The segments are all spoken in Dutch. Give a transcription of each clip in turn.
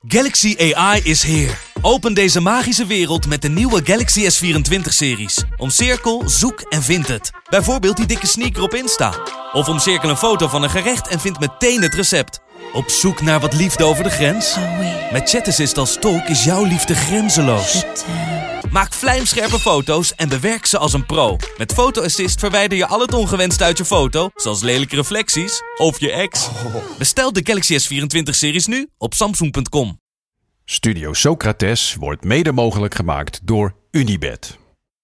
Galaxy AI is here. Open deze magische wereld met de nieuwe Galaxy S24-series. Omcirkel, zoek en vind het. Bijvoorbeeld die dikke sneaker op Insta. Of omcirkel een foto van een gerecht en vind meteen het recept. Op zoek naar wat liefde over de grens? Met Chat Assist als tolk is jouw liefde grenzeloos. Maak vlijmscherpe foto's en bewerk ze als een pro. Met Photo Assist verwijder je al het ongewenst uit je foto, zoals lelijke reflecties of je ex. Bestel de Galaxy S24-series nu op Samsung.com. Studio Socrates wordt mede mogelijk gemaakt door Unibet.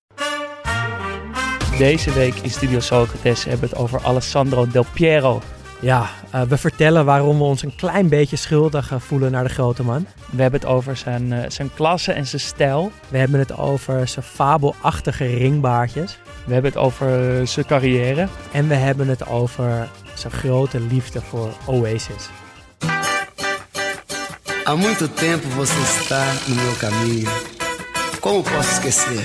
Deze week in Studio Socrates hebben we het over Alessandro Del Piero. Ja, we vertellen waarom we ons een klein beetje schuldig voelen naar de grote man. We hebben het over zijn klasse en zijn stijl. We hebben het over zijn fabelachtige ringbaardjes. We hebben het over zijn carrière. En we hebben het over zijn grote liefde voor Oasis. Há muito tempo você está no meu caminho. Como posso esquecer?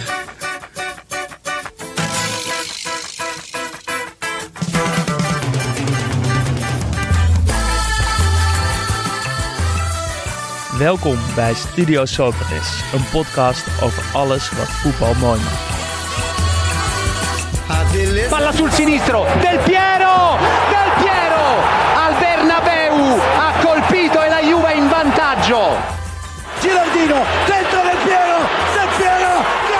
Welkom bij Studio Socrates, een podcast over alles wat voetbal mooi maakt. Palla sul sinistro, Del Piero! Del Piero! Al Bernabeu ha colpito e la Juve in vantaggio. Girardino, dentro Del Piero! Del Piero! No!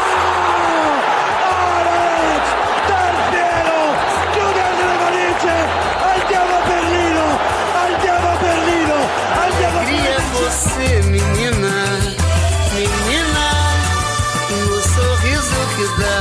Alex! Del Piero! Chiudendo le valigie! Andiamo a Berlino! Andiamo a Berlino! Andiamo a Queria você, menina, menina, no sorriso que dá.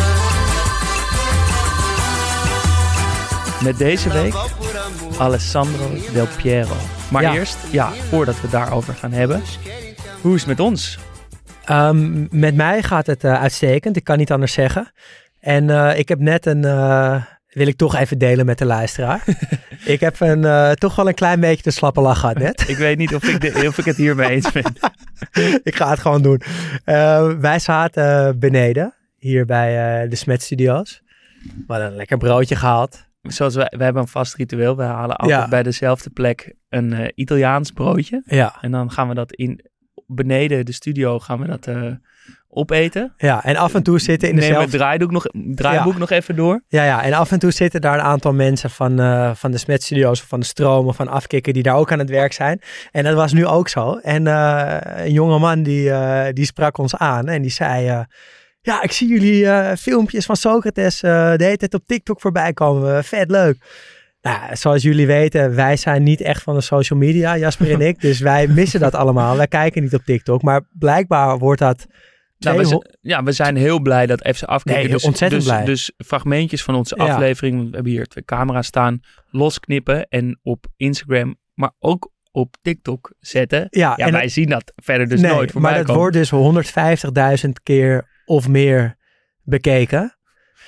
Met deze week Alessandro Del Piero. Maar eerst, voordat we het daarover gaan hebben, hoe is het met ons? Met mij gaat het uitstekend, ik kan niet anders zeggen. En ik heb net wil ik toch even delen met de luisteraar. Ik heb toch wel een klein beetje de slappe lach gehad net. Ik weet niet of ik het hiermee eens ben. Ik ga het gewoon doen. Wij zaten beneden, hier bij de Smet Studios. We hadden een lekker broodje gehaald. Zoals we hebben een vast ritueel. We halen altijd bij dezelfde plek een Italiaans broodje. Ja. En dan gaan we dat beneden de studio opeten. Ja, en af en toe zitten in dezelfde... Neem het draaiboek nog even door. Ja, en af en toe zitten daar een aantal mensen van de Smet Studios of van de Stroom of van Afkikken die daar ook aan het werk zijn. En dat was nu ook zo. En een jonge man die sprak ons aan en die zei... Ja, ik zie jullie filmpjes van Socrates de hele tijd op TikTok voorbij komen. Vet leuk. Nou, zoals jullie weten, wij zijn niet echt van de social media, Jasper en ik. Dus wij missen dat allemaal. Wij kijken niet op TikTok. Maar blijkbaar wordt dat... we zijn heel blij dat FC Afkikken... Nee, ontzettend blij. Dus fragmentjes van onze aflevering, want we hebben hier 2 camera's staan, losknippen en op Instagram, maar ook op TikTok zetten. Ja, en wij zien dat verder dus nooit voorbij maar dat komen. wordt dus 150.000 keer of meer bekeken.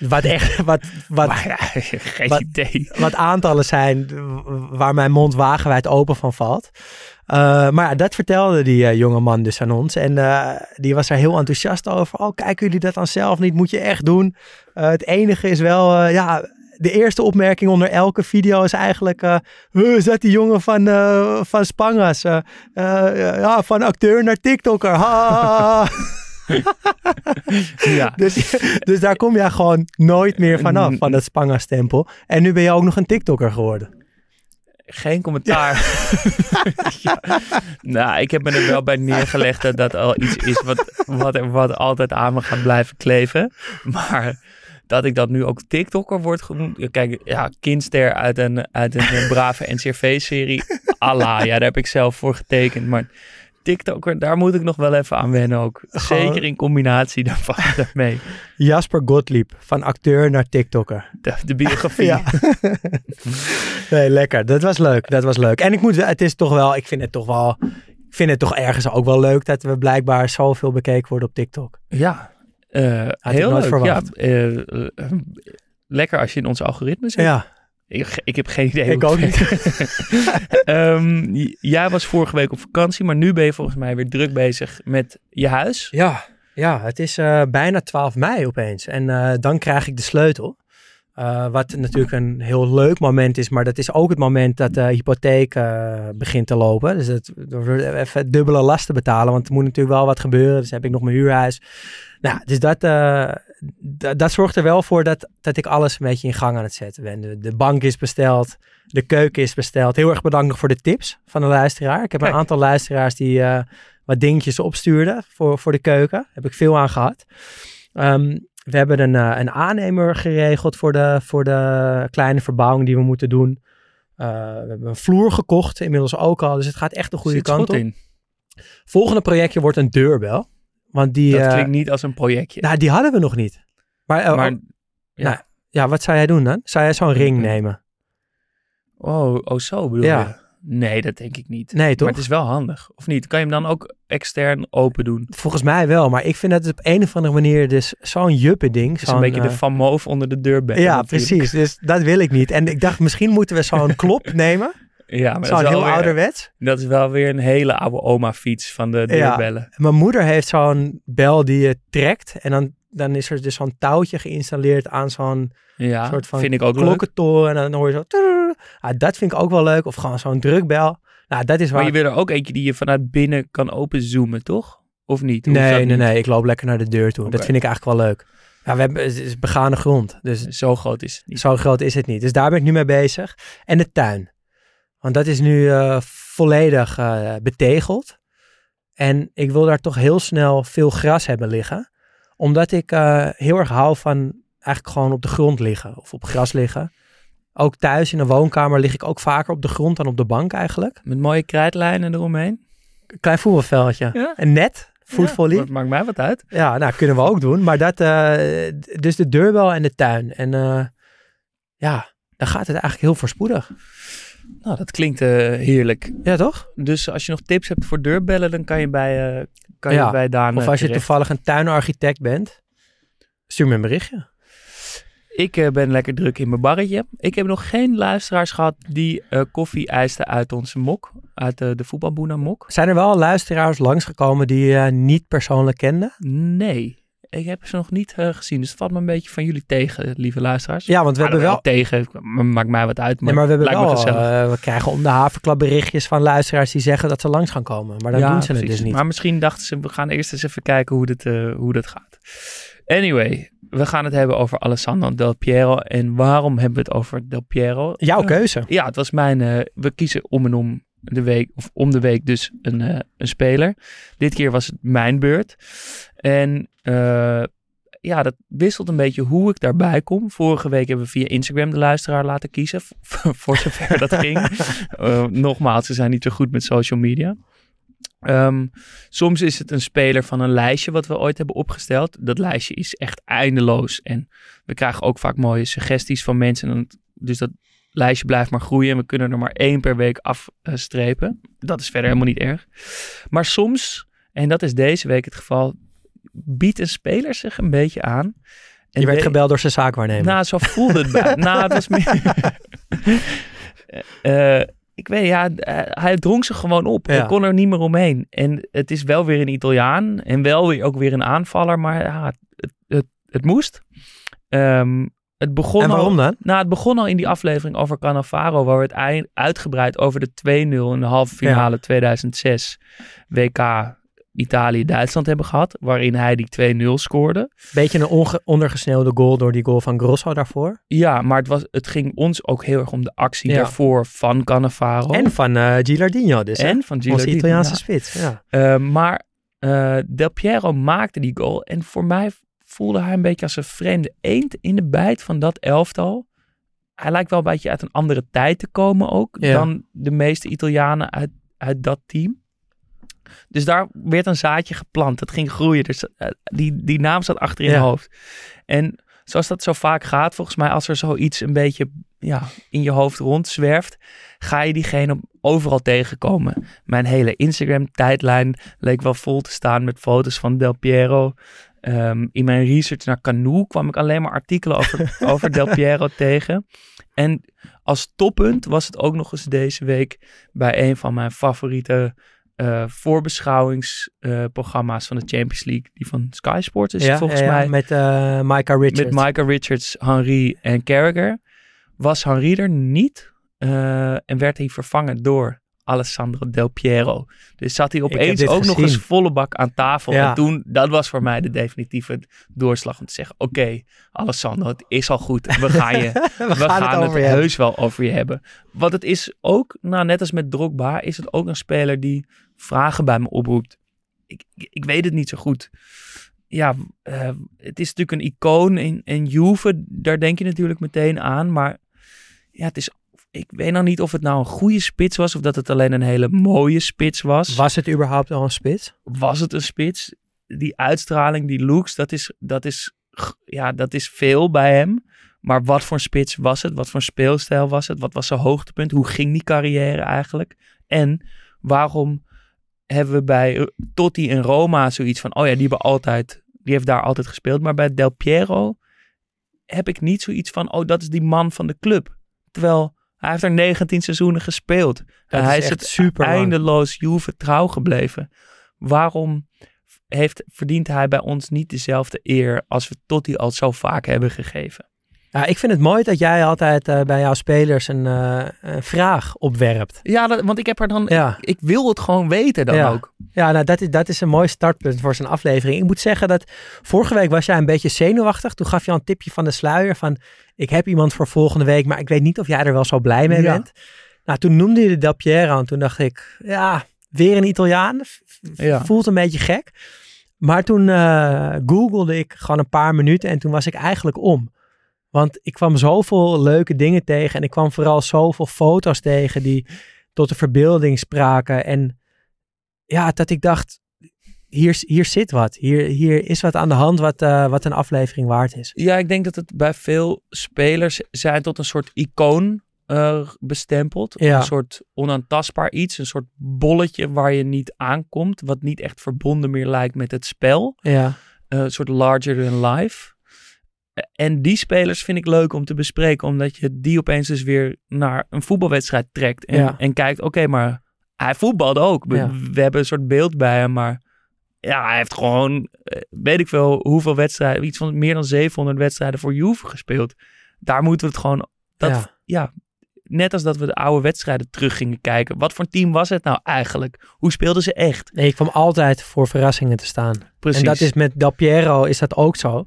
Geen idee. Wat aantallen zijn waar mijn mond wagenwijd open van valt. Maar dat vertelde die jonge man dus aan ons. En die was er heel enthousiast over. Oh, kijken jullie dat dan zelf niet? Moet je echt doen. Het enige is wel... de eerste opmerking onder elke video is eigenlijk... is dat die jongen van Spangas? Van acteur naar TikToker. Ha. Ja. Dus daar kom je gewoon nooit meer vanaf, van dat Spangas-stempel. En nu ben je ook nog een TikToker geworden. Geen commentaar. Nou, ik heb me er wel bij neergelegd dat dat al iets is wat altijd aan me gaat blijven kleven. Maar dat ik dat nu ook TikToker word genoemd. Kijk, kindster uit een brave NCRV-serie. Allah, daar heb ik zelf voor getekend. Maar TikToker, daar moet ik nog wel even aan wennen ook. Zeker in combinatie daarmee. Jasper Gottlieb, van acteur naar TikToker. De biografie. Ja. Nee, lekker. Dat was leuk. En ik vind het toch ergens ook wel leuk dat we blijkbaar zoveel bekeken worden op TikTok. Ja, heel leuk. Verwacht. Ja, lekker als je in ons algoritme zit. Ja. Ik heb geen idee. Ik ook niet. Jij was vorige week op vakantie, maar nu ben je volgens mij weer druk bezig met je huis. Ja, het is bijna 12 mei opeens. En dan krijg ik de sleutel. Wat natuurlijk een heel leuk moment is, maar dat is ook het moment dat de hypotheek begint te lopen. Dus er wordt even dubbele lasten betalen, want er moet natuurlijk wel wat gebeuren. Dus heb ik nog mijn huurhuis. Nou, dus dat zorgt er wel voor dat ik alles een beetje in gang aan het zetten ben. De bank is besteld, de keuken is besteld. Heel erg bedankt nog voor de tips van de luisteraar. Ik heb een aantal luisteraars die wat dingetjes opstuurden voor de keuken. Daar heb ik veel aan gehad. We hebben een aannemer geregeld voor de kleine verbouwing die we moeten doen. We hebben een vloer gekocht, inmiddels ook al. Dus het gaat echt de goede kant op. In. Volgende projectje wordt een deurbel. Want Dat klinkt niet als een projectje. Nou, die hadden we nog niet. Maar wat zou jij doen dan? Zou jij zo'n ring nemen? Oh, zo bedoel je? Nee, dat denk ik niet. Nee, toch? Maar het is wel handig, of niet? Kan je hem dan ook extern open doen? Volgens mij wel, maar ik vind dat het op een of andere manier dus zo'n juppending. Het is een beetje de Van Moof onder de deurbel. Ja, precies. Dus dat wil ik niet. En ik dacht, misschien moeten we zo'n klop nemen. Ja, maar zo'n heel ouderwets. Dat is wel weer een hele oude oma fiets van de deurbellen. Ja, mijn moeder heeft zo'n bel die je trekt en dan is er dus zo'n touwtje geïnstalleerd aan zo'n soort van vind ik ook klokkentoren. En dan hoor je zo... dat vind ik ook wel leuk. Of gewoon zo'n drukbel. Nou, dat is waar. Maar je wil er ook eentje die je vanuit binnen kan openzoomen, toch? Of niet? Nee. Ik loop lekker naar de deur toe. Okay. Dat vind ik eigenlijk wel leuk. Ja, het is begane grond. Dus zo groot is het niet. Zo groot is het niet. Dus daar ben ik nu mee bezig. En de tuin. Want dat is nu volledig betegeld. En ik wil daar toch heel snel veel gras hebben liggen. Omdat ik heel erg hou van eigenlijk gewoon op de grond liggen. Of op gras liggen. Ook thuis in een woonkamer lig ik ook vaker op de grond dan op de bank eigenlijk. Met mooie krijtlijnen eromheen. Klein voetbalveldje. Ja. Een net. Voetvolley. Dat maakt mij wat uit. Ja, nou kunnen we ook doen. Maar dat, dus de deurbel en de tuin. En dan gaat het eigenlijk heel voorspoedig. Nou, dat klinkt heerlijk. Ja, toch? Dus als je nog tips hebt voor deurbellen, dan kan je bij Daan of als je terecht. toevallig een tuinarchitect bent, stuur me een berichtje. Ik ben lekker druk in mijn barretje. Ik heb nog geen luisteraars gehad die koffie eisten uit onze mok. Uit de voetbalboena mok. Zijn er wel luisteraars langsgekomen die je niet persoonlijk kenden? Nee, ik heb ze nog niet gezien. Dus het valt me een beetje van jullie tegen, lieve luisteraars. Ja, want we hebben wel... tegen, maakt mij wat uit. Maar, maar we hebben lijkt wel... we krijgen om de haverklap berichtjes van luisteraars die zeggen dat ze langs gaan komen. Maar dan doen ze het dus niet. Maar misschien dachten ze, we gaan eerst eens even kijken hoe dat gaat. Anyway, we gaan het hebben over Alessandro Del Piero. En waarom hebben we het over Del Piero? Jouw keuze. Ja, het was mijn... we kiezen om de week dus een speler. Dit keer was het mijn beurt. En dat wisselt een beetje hoe ik daarbij kom. Vorige week hebben we via Instagram de luisteraar laten kiezen. Voor zover dat ging. Nogmaals, ze zijn niet zo goed met social media. Soms is het een speler van een lijstje wat we ooit hebben opgesteld. Dat lijstje is echt eindeloos. En we krijgen ook vaak mooie suggesties van mensen. Dus dat lijstje blijft maar groeien. En we kunnen er maar 1 per week afstrepen. Dat is verder helemaal niet erg. Maar soms, en dat is deze week het geval, biedt een speler zich een beetje aan. En je werd gebeld door zijn zaakwaarnemer. Nou, zo voelde het bij. Nou, het was meer... ik weet, hij dronk zich gewoon op. Hij kon er niet meer omheen. En het is wel weer een Italiaan. En wel weer ook weer een aanvaller. Maar het moest. Het begon en waarom dan? Het begon al in die aflevering over Cannavaro. Waar we het uitgebreid over de 2-0 in de halve finale 2006 WK Italië-Duitsland hebben gehad. Waarin hij die 2-0 scoorde. Beetje een ondergesneeuwde goal door die goal van Grosso daarvoor. Ja, maar het ging ons ook heel erg om de actie daarvoor van Cannavaro. En van Gilardino dus. En van Gilardino. Onze Italiaanse spits. Ja. Maar Del Piero maakte die goal. En voor mij voelde hij een beetje als een vreemde eend in de bijt van dat elftal. Hij lijkt wel een beetje uit een andere tijd te komen ook. Dan de meeste Italianen uit dat team. Dus daar werd een zaadje geplant. Dat ging groeien. Dus die naam zat achter in mijn hoofd. En zoals dat zo vaak gaat, volgens mij, als er zoiets een beetje in je hoofd rondzwerft, ga je diegene overal tegenkomen. Mijn hele Instagram-tijdlijn leek wel vol te staan met foto's van Del Piero. In mijn research naar Canoe kwam ik alleen maar artikelen over Del Piero tegen. En als toppunt was het ook nog eens deze week bij een van mijn favoriete voorbeschouwingsprogramma's van de Champions League. Die van Sky Sports is het volgens mij. Met Micah Richards. Met Micah Richards, Henry en Carragher. Was Henry er niet en werd hij vervangen door Alessandro Del Piero. Dus zat hij opeens ook nog eens volle bak aan tafel. Ja. En toen, dat was voor mij de definitieve doorslag om te zeggen, oké, Alessandro, het is al goed. We gaan het heus wel over je hebben. Want het is ook, net als met Drogba, is het ook een speler die vragen bij me oproept. Ik weet het niet zo goed. Ja, het is natuurlijk een icoon in Juve. Daar denk je natuurlijk meteen aan. Maar ja, het is... Ik weet nog niet of het nou een goede spits was of dat het alleen een hele mooie spits was. Was het überhaupt al een spits? Was het een spits? Die uitstraling, die looks, dat is veel bij hem. Maar wat voor een spits was het? Wat voor een speelstijl was het? Wat was zijn hoogtepunt? Hoe ging die carrière eigenlijk? En waarom hebben we bij Totti en Roma zoiets van, die heeft daar altijd gespeeld. Maar bij Del Piero heb ik niet zoiets van, dat is die man van de club. Terwijl hij heeft er 19 seizoenen gespeeld. Hij is het super eindeloos Juve trouw gebleven. Waarom verdient hij bij ons niet dezelfde eer als we Totti al zo vaak hebben gegeven? Ja, ik vind het mooi dat jij altijd bij jouw spelers een vraag opwerpt. Ja, want ik heb er dan... Ja. Ik wil het gewoon weten dan ook. Ja, nou dat is een mooi startpunt voor zijn aflevering. Ik moet zeggen dat vorige week was jij een beetje zenuwachtig. Toen gaf je al een tipje van de sluier van... Ik heb iemand voor volgende week, maar ik weet niet of jij er wel zo blij mee bent. Nou, toen noemde je de Del Piero en toen dacht ik... Ja, weer een Italiaan. Voelt een beetje gek. Maar toen googelde ik gewoon een paar minuten en toen was ik eigenlijk om. Want ik kwam zoveel leuke dingen tegen en ik kwam vooral zoveel foto's tegen die tot de verbeelding spraken. En ja, dat ik dacht, hier zit wat. Hier is wat aan de hand wat een aflevering waard is. Ja, ik denk dat het bij veel spelers zijn tot een soort icoon bestempeld. Ja. Een soort onaantastbaar iets. Een soort bolletje waar je niet aankomt. Wat niet echt verbonden meer lijkt met het spel. Ja. Een soort larger than life. En die spelers vind ik leuk om te bespreken. Omdat je die opeens dus weer naar een voetbalwedstrijd trekt. En kijkt, oké, maar hij voetbalde ook. We hebben een soort beeld bij hem. Maar ja, hij heeft gewoon, weet ik veel, hoeveel wedstrijden. Iets van meer dan 700 wedstrijden voor Juve gespeeld. Daar moeten we het gewoon... net als dat we de oude wedstrijden terug gingen kijken. Wat voor team was het nou eigenlijk? Hoe speelden ze echt? Nee, ik kwam altijd voor verrassingen te staan. Precies. En dat is met Del Piero is dat ook zo.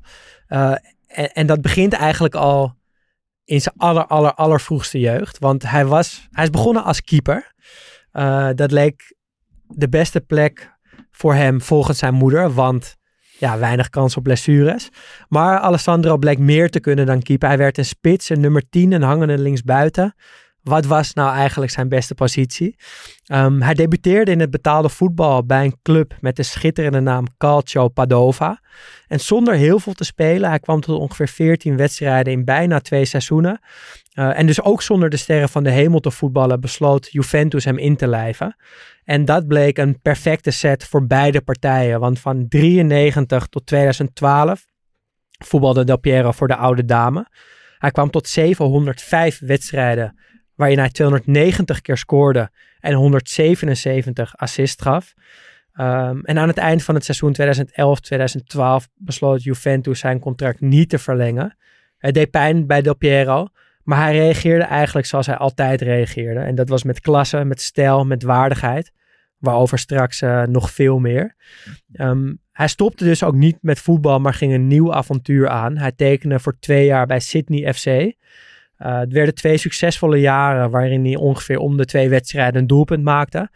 En dat begint eigenlijk al in zijn allervroegste jeugd. Want hij is begonnen als keeper. Dat leek de beste plek voor hem volgens zijn moeder. Want weinig kans op blessures. Maar Alessandro bleek meer te kunnen dan keeper. Hij werd een spits, een nummer 10, een hangende linksbuiten. Wat was nou eigenlijk zijn beste positie? Hij debuteerde in het betaalde voetbal bij een club met de schitterende naam Calcio Padova. En zonder heel veel te spelen, hij kwam tot ongeveer 14 wedstrijden in bijna 2 seizoenen. En dus ook zonder de sterren van de hemel te voetballen, besloot Juventus hem in te lijven. En dat bleek een perfecte set voor beide partijen. Want van 93 tot 2012 voetbalde Del Piero voor de oude dame. Hij kwam tot 705 wedstrijden waarin hij 290 keer scoorde en 177 assists gaf. En aan het eind van het seizoen 2011-2012 besloot Juventus zijn contract niet te verlengen. Het deed pijn bij Del Piero, maar hij reageerde eigenlijk zoals hij altijd reageerde. En dat was met klasse, met stijl, met waardigheid, waarover straks nog veel meer. Hij stopte dus ook niet met voetbal, maar ging een nieuw avontuur aan. Hij tekende voor 2 jaar bij Sydney FC. Het werden 2 succesvolle jaren waarin hij ongeveer om de 2 wedstrijden een doelpunt maakte.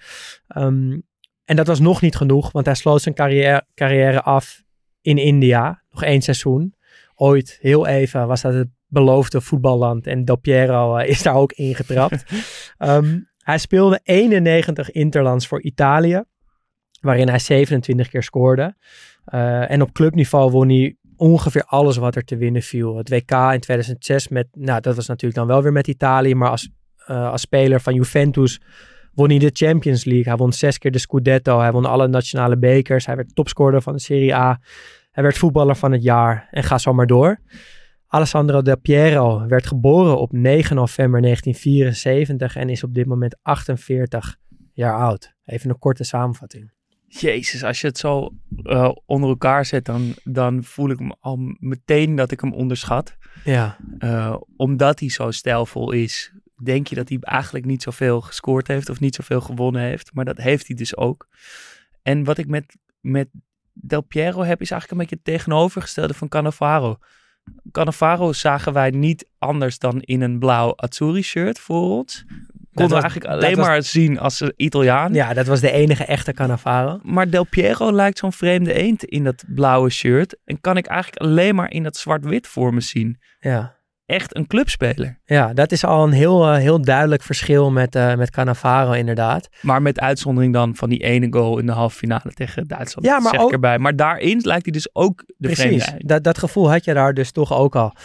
En dat was nog niet genoeg, want hij sloot zijn carrière af in India. Nog 1 seizoen. Ooit, heel even, was dat het beloofde voetballand. En Del Piero is daar ook ingetrapt. Hij speelde 91 interlands voor Italië, waarin hij 27 keer scoorde. En op clubniveau won hij ongeveer alles wat er te winnen viel. Het WK in 2006 dat was natuurlijk dan wel weer met Italië, maar als speler van Juventus won hij de Champions League. Hij won 6 keer de Scudetto. Hij won alle nationale bekers. Hij werd topscorer van de Serie A. Hij werd voetballer van het jaar en ga zo maar door. Alessandro Del Piero werd geboren op 9 november 1974 en is op dit moment 48 jaar oud. Even een korte samenvatting. Jezus, als je het zo onder elkaar zet, dan voel ik me al meteen dat ik hem onderschat. Ja, Omdat hij zo stijlvol is, denk je dat hij eigenlijk niet zoveel gescoord heeft of niet zoveel gewonnen heeft. Maar dat heeft hij dus ook. En wat ik met Del Piero heb, is eigenlijk een beetje het tegenovergestelde van Cannavaro. Cannavaro zagen wij niet anders dan in een blauw Azzurri shirt voor ons. Konden we eigenlijk alleen maar zien als Italiaan. ja, dat was de enige echte Cannavaro. Maar Del Piero lijkt zo'n vreemde eend in dat blauwe shirt. En kan ik eigenlijk alleen maar in dat zwart-wit voor me zien. Ja. Echt een clubspeler. Ja, dat is al een heel duidelijk verschil met Cannavaro inderdaad. Maar met uitzondering dan van die ene goal in de halve finale tegen Duitsland. Ja, maar zeg ook- ik erbij. Maar daarin lijkt hij dus ook de vreemde Precies, eend. dat gevoel had je daar dus toch ook al.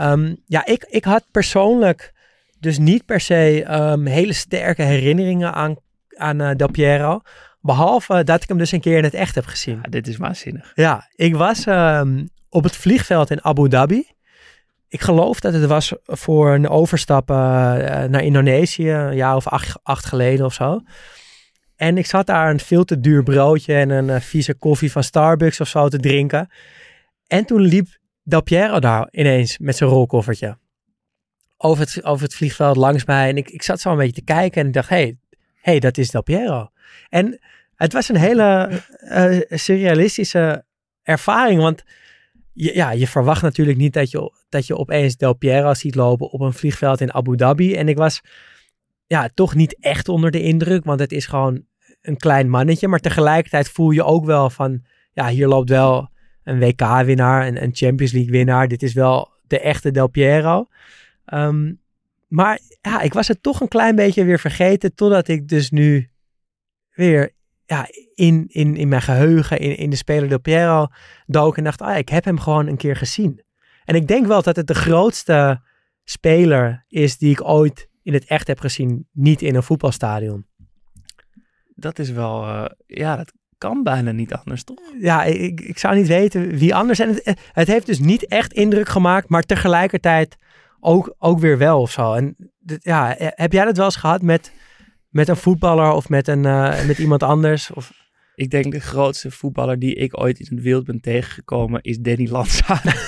Ik had persoonlijk dus niet per se hele sterke herinneringen aan Del Piero. Behalve dat ik hem dus een keer in het echt heb gezien. Ja, dit is waanzinnig. Ja, ik was op het vliegveld in Abu Dhabi. Ik geloof dat het was voor een overstap naar Indonesië, een jaar of acht geleden of zo. En ik zat daar een veel te duur broodje en een vieze koffie van Starbucks of zo te drinken. En toen liep Del Piero daar ineens met zijn rolkoffertje over het vliegveld langs mij. En ik zat zo een beetje te kijken en ik dacht, hey, dat is Del Piero. En het was een hele surrealistische ervaring, want je verwacht natuurlijk niet dat je opeens Del Piero ziet lopen op een vliegveld in Abu Dhabi. En ik was toch niet echt onder de indruk, want het is gewoon een klein mannetje. Maar tegelijkertijd voel je ook wel van, hier loopt wel een WK-winnaar, een Champions League-winnaar. Dit is wel de echte Del Piero. Maar ik was het toch een klein beetje weer vergeten, totdat ik dus nu weer in mijn geheugen, in de speler Del Piero dook en dacht, ik heb hem gewoon een keer gezien. En ik denk wel dat het de grootste speler is die ik ooit in het echt heb gezien, niet in een voetbalstadion. Dat is wel, dat kan bijna niet anders, toch? Ja, ik zou niet weten wie anders. En het heeft dus niet echt indruk gemaakt, maar tegelijkertijd ook weer wel of zo. En heb jij dat wel eens gehad met een voetballer of met iemand anders? Of... Ik denk de grootste voetballer die ik ooit in het wild ben tegengekomen is Danny Landsaat.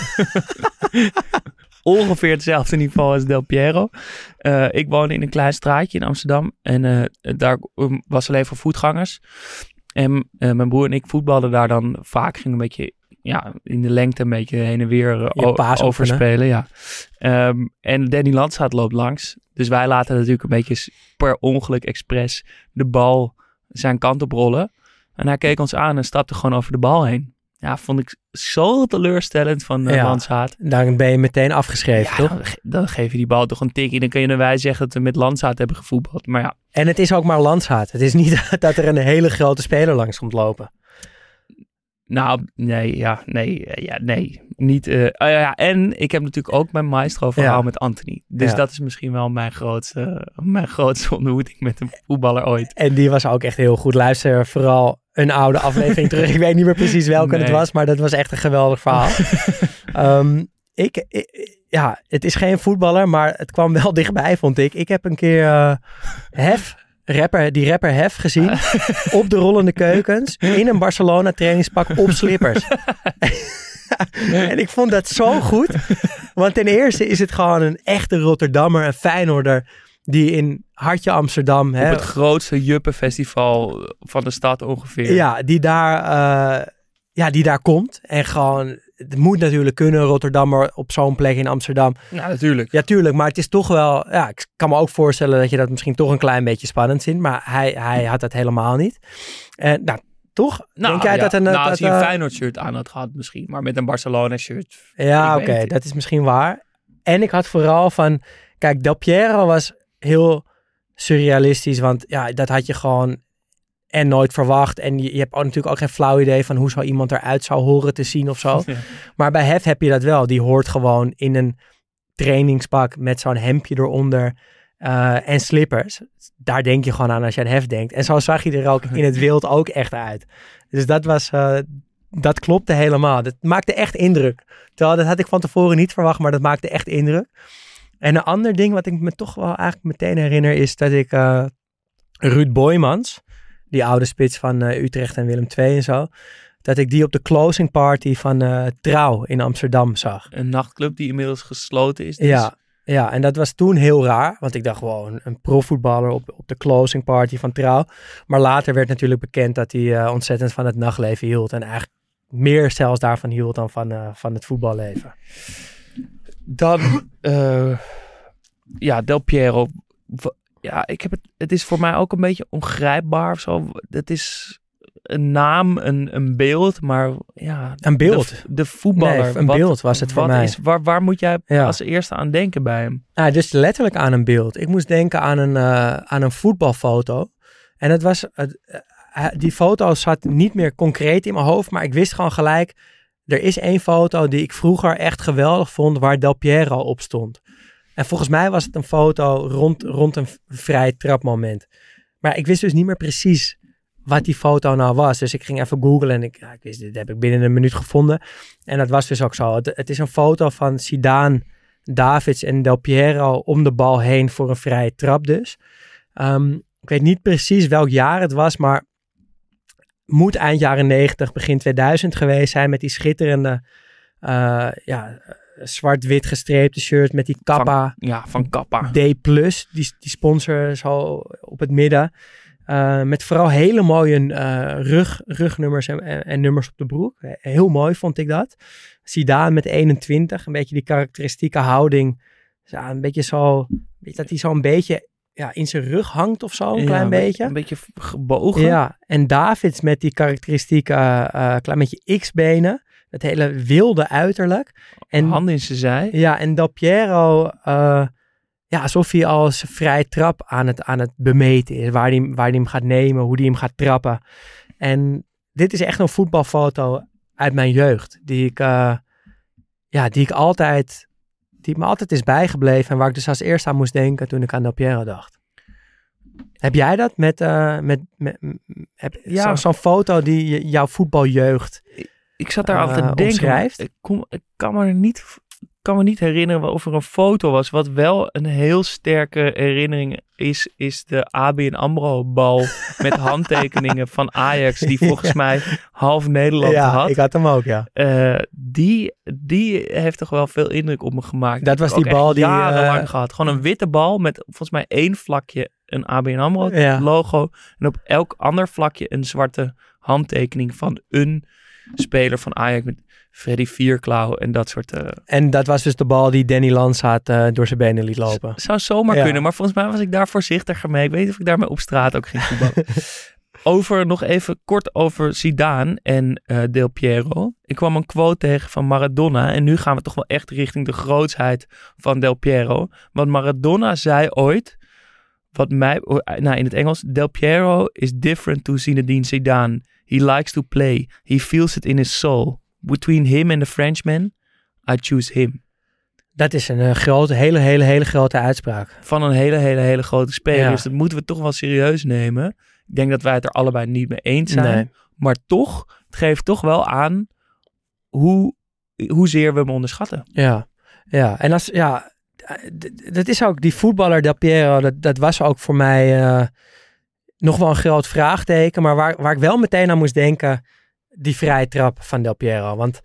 Ongeveer hetzelfde niveau als Del Piero. Ik woonde in een klein straatje in Amsterdam en daar was alleen voor voetgangers. En mijn broer en ik voetbalden daar dan vaak, ging een beetje in de lengte een beetje heen en weer overspelen. Ja. En Danny Landsaat loopt langs. Dus wij laten natuurlijk een beetje per ongeluk expres de bal zijn kant op rollen. En hij keek ons aan en stapte gewoon over de bal heen. Ja, vond ik zo teleurstellend van Landsaat. Daar ben je meteen afgeschreven, toch? Dan geef je die bal toch een tikje. Dan kun je erbij zeggen dat we met Landsaat hebben gevoetbald. Maar ja. En het is ook maar Landsaat. Het is niet dat er een hele grote speler langs komt lopen. Nou, nee. Niet, en ik heb natuurlijk ook mijn maestro-verhaal met Anthony. Dus dat is misschien wel mijn grootste ontmoeting met een voetballer ooit. En die was ook echt heel goed. Luister vooral een oude aflevering terug. Ik weet niet meer precies welke het was, maar dat was echt een geweldig verhaal. Het is geen voetballer, maar het kwam wel dichtbij, vond ik. Ik heb een keer die rapper Hef gezien op de rollende keukens in een Barcelona trainingspak op slippers. En ik vond dat zo goed, want ten eerste is het gewoon een echte Rotterdammer, een Feyenoorder die in hartje Amsterdam... Op het grootste juppenfestival van de stad ongeveer. Ja, die daar komt en gewoon... Het moet natuurlijk kunnen, Rotterdammer op zo'n plek in Amsterdam. Ja, natuurlijk. Ja, tuurlijk. Maar het is toch wel... Ja, ik kan me ook voorstellen dat je dat misschien toch een klein beetje spannend vindt. Maar hij had dat helemaal niet. Toch? Denk jij dat als hij een Feyenoord shirt aan had gehad misschien. Maar met een Barcelona shirt. Ja, oké. Dat is misschien waar. En ik had vooral van... Kijk, Del Piero was heel surrealistisch. Want dat had je gewoon... En nooit verwacht. En je hebt natuurlijk ook geen flauw idee van hoe zo iemand eruit zou horen te zien of zo. Ja. Maar bij Hef heb je dat wel. Die hoort gewoon in een trainingspak met zo'n hemdje eronder en slippers. Daar denk je gewoon aan als je aan Hef denkt. En zo zag je er ook in het wild ook echt uit. Dus dat klopte helemaal. Dat maakte echt indruk. Terwijl dat had ik van tevoren niet verwacht, maar dat maakte echt indruk. En een ander ding wat ik me toch wel eigenlijk meteen herinner is dat ik... Ruud Boymans, die oude spits van Utrecht en Willem II en zo, dat ik die op de closing party van Trouw in Amsterdam zag. Een nachtclub die inmiddels gesloten is. Dus. Ja, en dat was toen heel raar, want ik dacht gewoon een profvoetballer op de closing party van Trouw. Maar later werd natuurlijk bekend dat hij ontzettend van het nachtleven hield en eigenlijk meer zelfs daarvan hield dan van het voetballeven. Dan, Del Piero. Ja, het is voor mij ook een beetje ongrijpbaar of zo. Het is een naam, een beeld, maar ja... Een beeld? De voetballer. Nee, een beeld was het voor mij. Waar moet jij als eerste aan denken bij hem? Dus letterlijk aan een beeld. Ik moest denken aan een voetbalfoto. En het was... die foto zat niet meer concreet in mijn hoofd, maar ik wist gewoon gelijk... Er is één foto die ik vroeger echt geweldig vond, waar Del Piero op stond. En volgens mij was het een foto rond een vrij trapmoment. Maar ik wist dus niet meer precies wat die foto nou was. Dus ik ging even googlen en ik wist, dit heb ik binnen een minuut gevonden. En dat was dus ook zo. Het is een foto van Zidane, Davids en Del Piero om de bal heen voor een vrije trap dus. Ik weet niet precies welk jaar het was, maar moet eind jaren 90, begin 2000 geweest zijn met die schitterende zwart-wit gestreepte shirt met die Kappa. Van Kappa. D+, die sponsor zo op het midden. Met vooral hele mooie rugnummers en nummers op de broek. Heel mooi vond ik dat. Zidane met 21, een beetje die karakteristieke houding. Ja, een beetje zo, dat hij zo een beetje in zijn rug hangt of zo, een klein beetje. Een beetje gebogen. Ja, en Davids met die karakteristieke klein beetje X-benen. Het hele wilde uiterlijk. En hand in zijn zij. Ja, en Del Piero, alsof hij als vrije trap aan het bemeten is. Waar hij hem gaat nemen, hoe hij hem gaat trappen. En dit is echt een voetbalfoto uit mijn jeugd. Die me altijd is bijgebleven. En waar ik dus als eerste aan moest denken toen ik aan Del Piero dacht. Heb jij dat zo'n foto die jouw voetbaljeugd Ik zat daar altijd te denken. Omschrijft? Ik kan me niet herinneren of er een foto was. Wat wel een heel sterke herinnering is de ABN AMRO-bal met handtekeningen van Ajax, die volgens mij half Nederland had. Ja, ik had hem ook, ja. Die heeft toch wel veel indruk op me gemaakt. Dat was die bal die jarenlang gehad. Gewoon een witte bal met volgens mij 1 vlakje een ABN AMRO-logo. En op elk ander vlakje een zwarte handtekening van een speler van Ajax met Freddy Vierklauw en dat soort... En dat was dus de bal die Danny Landsaat door zijn benen liet lopen. Zou zomaar kunnen, maar volgens mij was ik daar voorzichtiger mee. Ik weet niet of ik daarmee op straat ook ging voetballen. Nog even kort over Zidane en Del Piero. Ik kwam een quote tegen van Maradona en nu gaan we toch wel echt richting de grootsheid van Del Piero. Want Maradona zei ooit, in het Engels, Del Piero is different to Zinedine Zidane. He likes to play. He feels it in his soul. Between him and the Frenchman, I choose him. Dat is een hele grote uitspraak. Van een hele grote speler. Ja. Dus dat moeten we toch wel serieus nemen. Ik denk dat wij het er allebei niet mee eens zijn. Nee. Maar toch, het geeft toch wel aan hoezeer we hem onderschatten. Ja. En dat is ook die voetballer Del Piero. Dat was ook voor mij nog wel een groot vraagteken. Maar waar ik wel meteen aan moest denken, die vrije trap van Del Piero. Want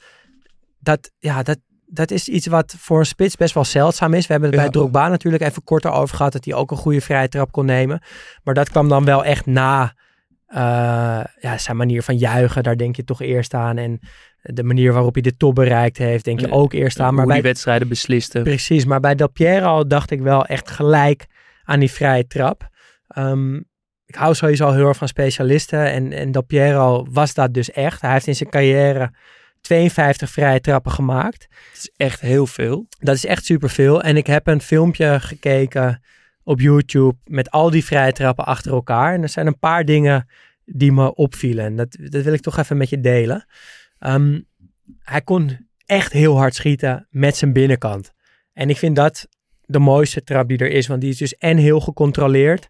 dat is iets wat voor een spits best wel zeldzaam is. We hebben het bij Drogba natuurlijk even korter over gehad, dat hij ook een goede vrije trap kon nemen. Maar dat kwam dan wel echt na zijn manier van juichen. Daar denk je toch eerst aan. En de manier waarop hij de top bereikt heeft, denk je ook eerst aan. Maar hoe die wedstrijden besliste. Precies, maar bij Del Piero dacht ik wel echt gelijk aan die vrije trap. Ik hou sowieso heel erg van specialisten. En Del Piero was dat dus echt. Hij heeft in zijn carrière 52 vrije trappen gemaakt. Dat is echt heel veel. Dat is echt superveel. En ik heb een filmpje gekeken op YouTube met al die vrije trappen achter elkaar. En er zijn een paar dingen die me opvielen. En dat wil ik toch even met je delen. Hij kon echt heel hard schieten met zijn binnenkant. En ik vind dat de mooiste trap die er is. Want die is dus en heel gecontroleerd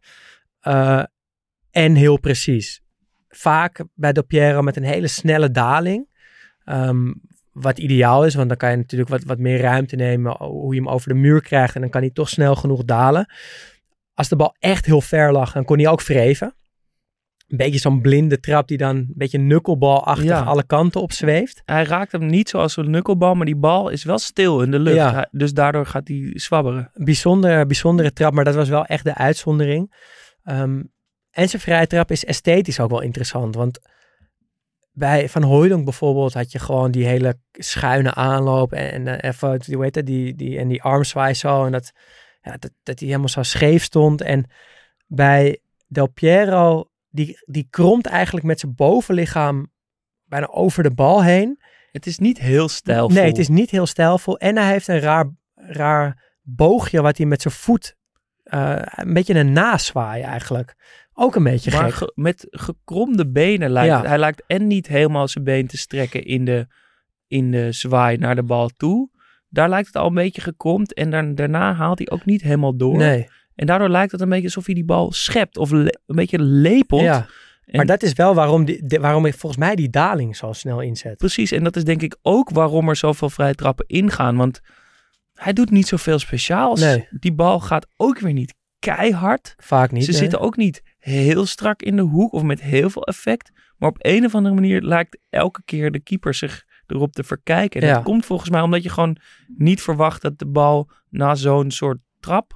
en heel precies. Vaak bij Del Piero met een hele snelle daling. Wat ideaal is, want dan kan je natuurlijk wat meer ruimte nemen hoe je hem over de muur krijgt en dan kan hij toch snel genoeg dalen. als de bal echt heel ver lag, dan kon hij ook wreven. Een beetje zo'n blinde trap die dan een beetje knuckelbalachtig alle kanten op zweeft. Hij raakt hem niet zoals een knuckelbal, maar die bal is wel stil in de lucht. Ja. Dus daardoor gaat hij zwabberen. Bijzondere trap, maar dat was wel echt de uitzondering. En zijn vrije trap is esthetisch ook wel interessant. Want bij Van Hooijdonk bijvoorbeeld had je gewoon die hele schuine aanloop. En even, hoe heet het, die armzwaai zo. En dat hij helemaal zo scheef stond. En bij Del Piero, die kromt eigenlijk met zijn bovenlichaam bijna over de bal heen. Het is niet heel stijlvol. Nee, het is niet heel stijlvol. En hij heeft een raar boogje wat hij met zijn voet... een beetje een nazwaai eigenlijk. Ook een beetje maar gek. Met gekromde benen lijkt het. Hij lijkt en niet helemaal zijn been te strekken in de zwaai naar de bal toe. Daar lijkt het al een beetje gekromd. En daarna haalt hij ook niet helemaal door. Nee. En daardoor lijkt het een beetje alsof hij die bal schept. Of een beetje lepelt. Ja. Maar dat is wel waarom ik volgens mij die daling zo snel inzet. Precies. En dat is denk ik ook waarom er zoveel vrije trappen ingaan. Want hij doet niet zoveel speciaals. Nee. Die bal gaat ook weer niet keihard. Vaak niet. Ze zitten ook niet heel strak in de hoek of met heel veel effect. Maar op een of andere manier lijkt elke keer de keeper zich erop te verkijken. En dat komt volgens mij omdat je gewoon niet verwacht dat de bal na zo'n soort trap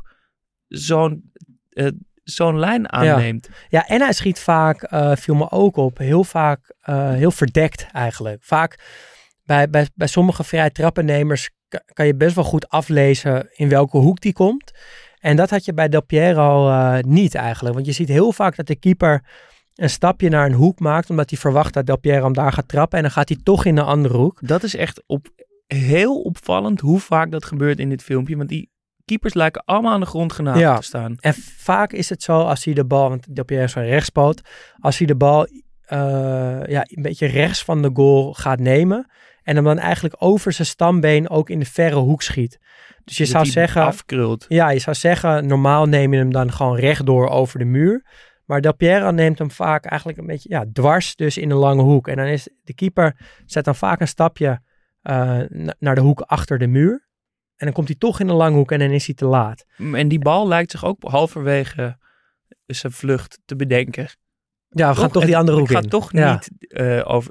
zo'n lijn aanneemt. Ja, en hij schiet vaak, viel me ook op, heel vaak heel verdekt eigenlijk. Vaak bij sommige vrije trappennemers kan je best wel goed aflezen in welke hoek die komt. En dat had je bij Del Piero niet eigenlijk. Want je ziet heel vaak dat de keeper een stapje naar een hoek maakt, omdat hij verwacht dat Del Piero hem daar gaat trappen. En dan gaat hij toch in een andere hoek. Dat is echt heel opvallend hoe vaak dat gebeurt in dit filmpje. Want die keepers lijken allemaal aan de grond genageld te staan. En vaak is het zo als hij de bal, want Del Piero is een rechtspoot, als hij de bal een beetje rechts van de goal gaat nemen en hem dan eigenlijk over zijn stambeen ook in de verre hoek schiet. Dus je zou zeggen, afkrult. Ja, je zou zeggen, normaal neem je hem dan gewoon rechtdoor over de muur. Maar Del Piero neemt hem vaak eigenlijk een beetje dwars dus in een lange hoek. En dan is de keeper zet dan vaak een stapje naar de hoek achter de muur. En dan komt hij toch in een lange hoek en dan is hij te laat. En die bal lijkt zich ook halverwege zijn vlucht te bedenken. Ja, we gaan toch die andere hoek in. Het gaat toch niet over...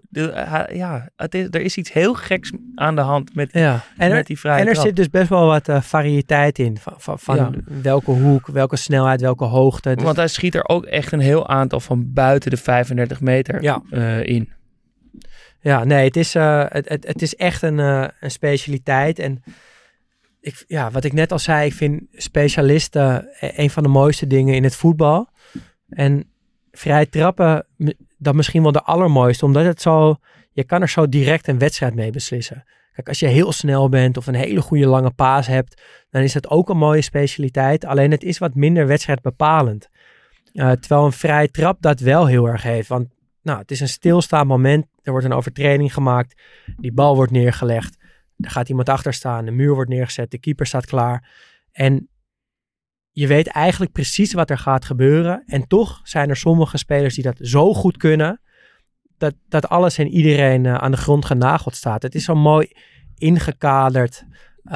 er is iets heel geks aan de hand met die vrije trap. En er zit dus best wel wat variëteit in. Van welke hoek, welke snelheid, welke hoogte. Dus... Want hij schiet er ook echt een heel aantal van buiten de 35 meter in. Ja, nee, het is echt een specialiteit. En wat ik net al zei, ik vind specialisten een van de mooiste dingen in het voetbal. En vrije trappen, dat misschien wel de allermooiste, omdat het zo, je kan er zo direct een wedstrijd mee beslissen. Kijk, als je heel snel bent of een hele goede lange paas hebt, dan is het ook een mooie specialiteit. Alleen het is wat minder wedstrijdbepalend. Terwijl een vrije trap dat wel heel erg heeft. Want het is een stilstaand moment. Er wordt een overtreding gemaakt. Die bal wordt neergelegd. Er gaat iemand achter staan. De muur wordt neergezet. De keeper staat klaar. En je weet eigenlijk precies wat er gaat gebeuren. En toch zijn er sommige spelers die dat zo goed kunnen, dat alles en iedereen aan de grond genageld staat. Het is zo mooi ingekaderd.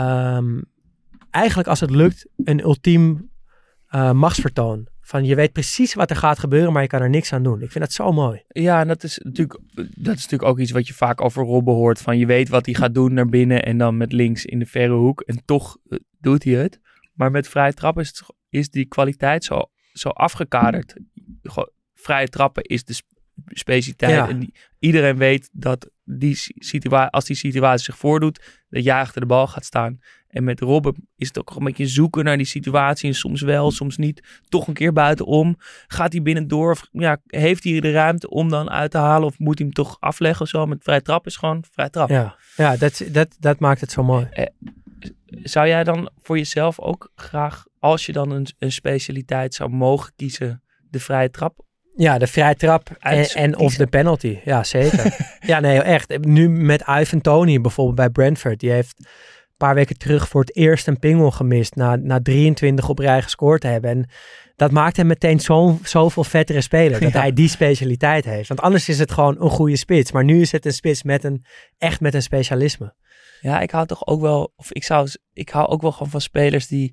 Eigenlijk als het lukt, een ultiem machtsvertoon. Van je weet precies wat er gaat gebeuren, maar je kan er niks aan doen. Ik vind dat zo mooi. Ja, en dat is natuurlijk ook iets wat je vaak over Robben hoort. Van je weet wat hij gaat doen naar binnen en dan met links in de verre hoek. En toch doet hij het. Maar met vrije trappen is die kwaliteit zo afgekaderd. Vrije trappen is de specialiteit. Ja. En iedereen weet dat als die situatie zich voordoet, dat jij achter de bal gaat staan. En met Robben is het ook een beetje zoeken naar die situatie. En soms wel, soms niet. Toch een keer buitenom. Gaat hij binnendoor? Of, heeft hij de ruimte om dan uit te halen? Of moet hij hem toch afleggen? Zo met vrije trap is gewoon vrije trap. Ja, dat maakt het zo mooi. Zou jij dan voor jezelf ook graag, als je dan een specialiteit zou mogen kiezen, de vrije trap? Ja, de vrije trap en of de penalty. Ja, zeker. Ja, nee, echt. Nu met Ivan Toney bijvoorbeeld bij Brentford. Die heeft een paar weken terug voor het eerst een pingel gemist na 23 op rij gescoord te hebben. En dat maakt hem meteen zoveel vettere speler. Dat hij die specialiteit heeft. Want anders is het gewoon een goede spits. Maar nu is het een spits met een specialisme. Ja, ik hou toch ook wel, ik hou ook wel gewoon van spelers die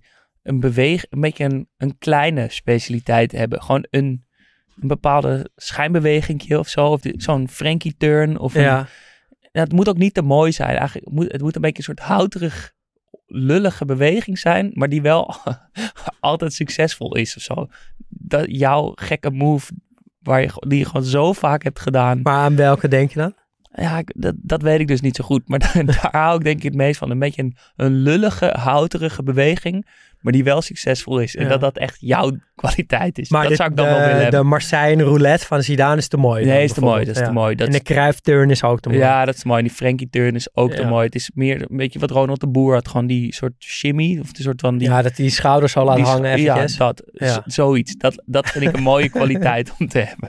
een beetje een kleine specialiteit hebben. Gewoon een bepaalde schijnbeweging of zo. Of zo'n Frankie turn. Of het moet ook niet te mooi zijn. Eigenlijk het moet een beetje een soort houterig, lullige beweging zijn. Maar die wel altijd succesvol is of zo. Jouw gekke move die je gewoon zo vaak hebt gedaan. Maar aan welke denk je dan? Ja, dat weet ik dus niet zo goed. Maar daar hou ik denk ik het meest van. Een beetje een lullige, houterige beweging. Maar die wel succesvol is. En dat echt jouw kwaliteit is. Maar dat zou ik dan wel willen hebben. De Marseille roulette van Zidane is te mooi. Nee, is te mooi. Dat is te mooi. En de Cruyff turn is ook te mooi. Ja, dat is mooi. Die Frankie turn is ook te mooi. Het is meer een beetje wat Ronald de Boer had. Gewoon die soort shimmy. Of de soort van die... Ja, dat die schouders zo laat hangen eventjes. Zoiets. Dat vind ik een mooie kwaliteit om te hebben.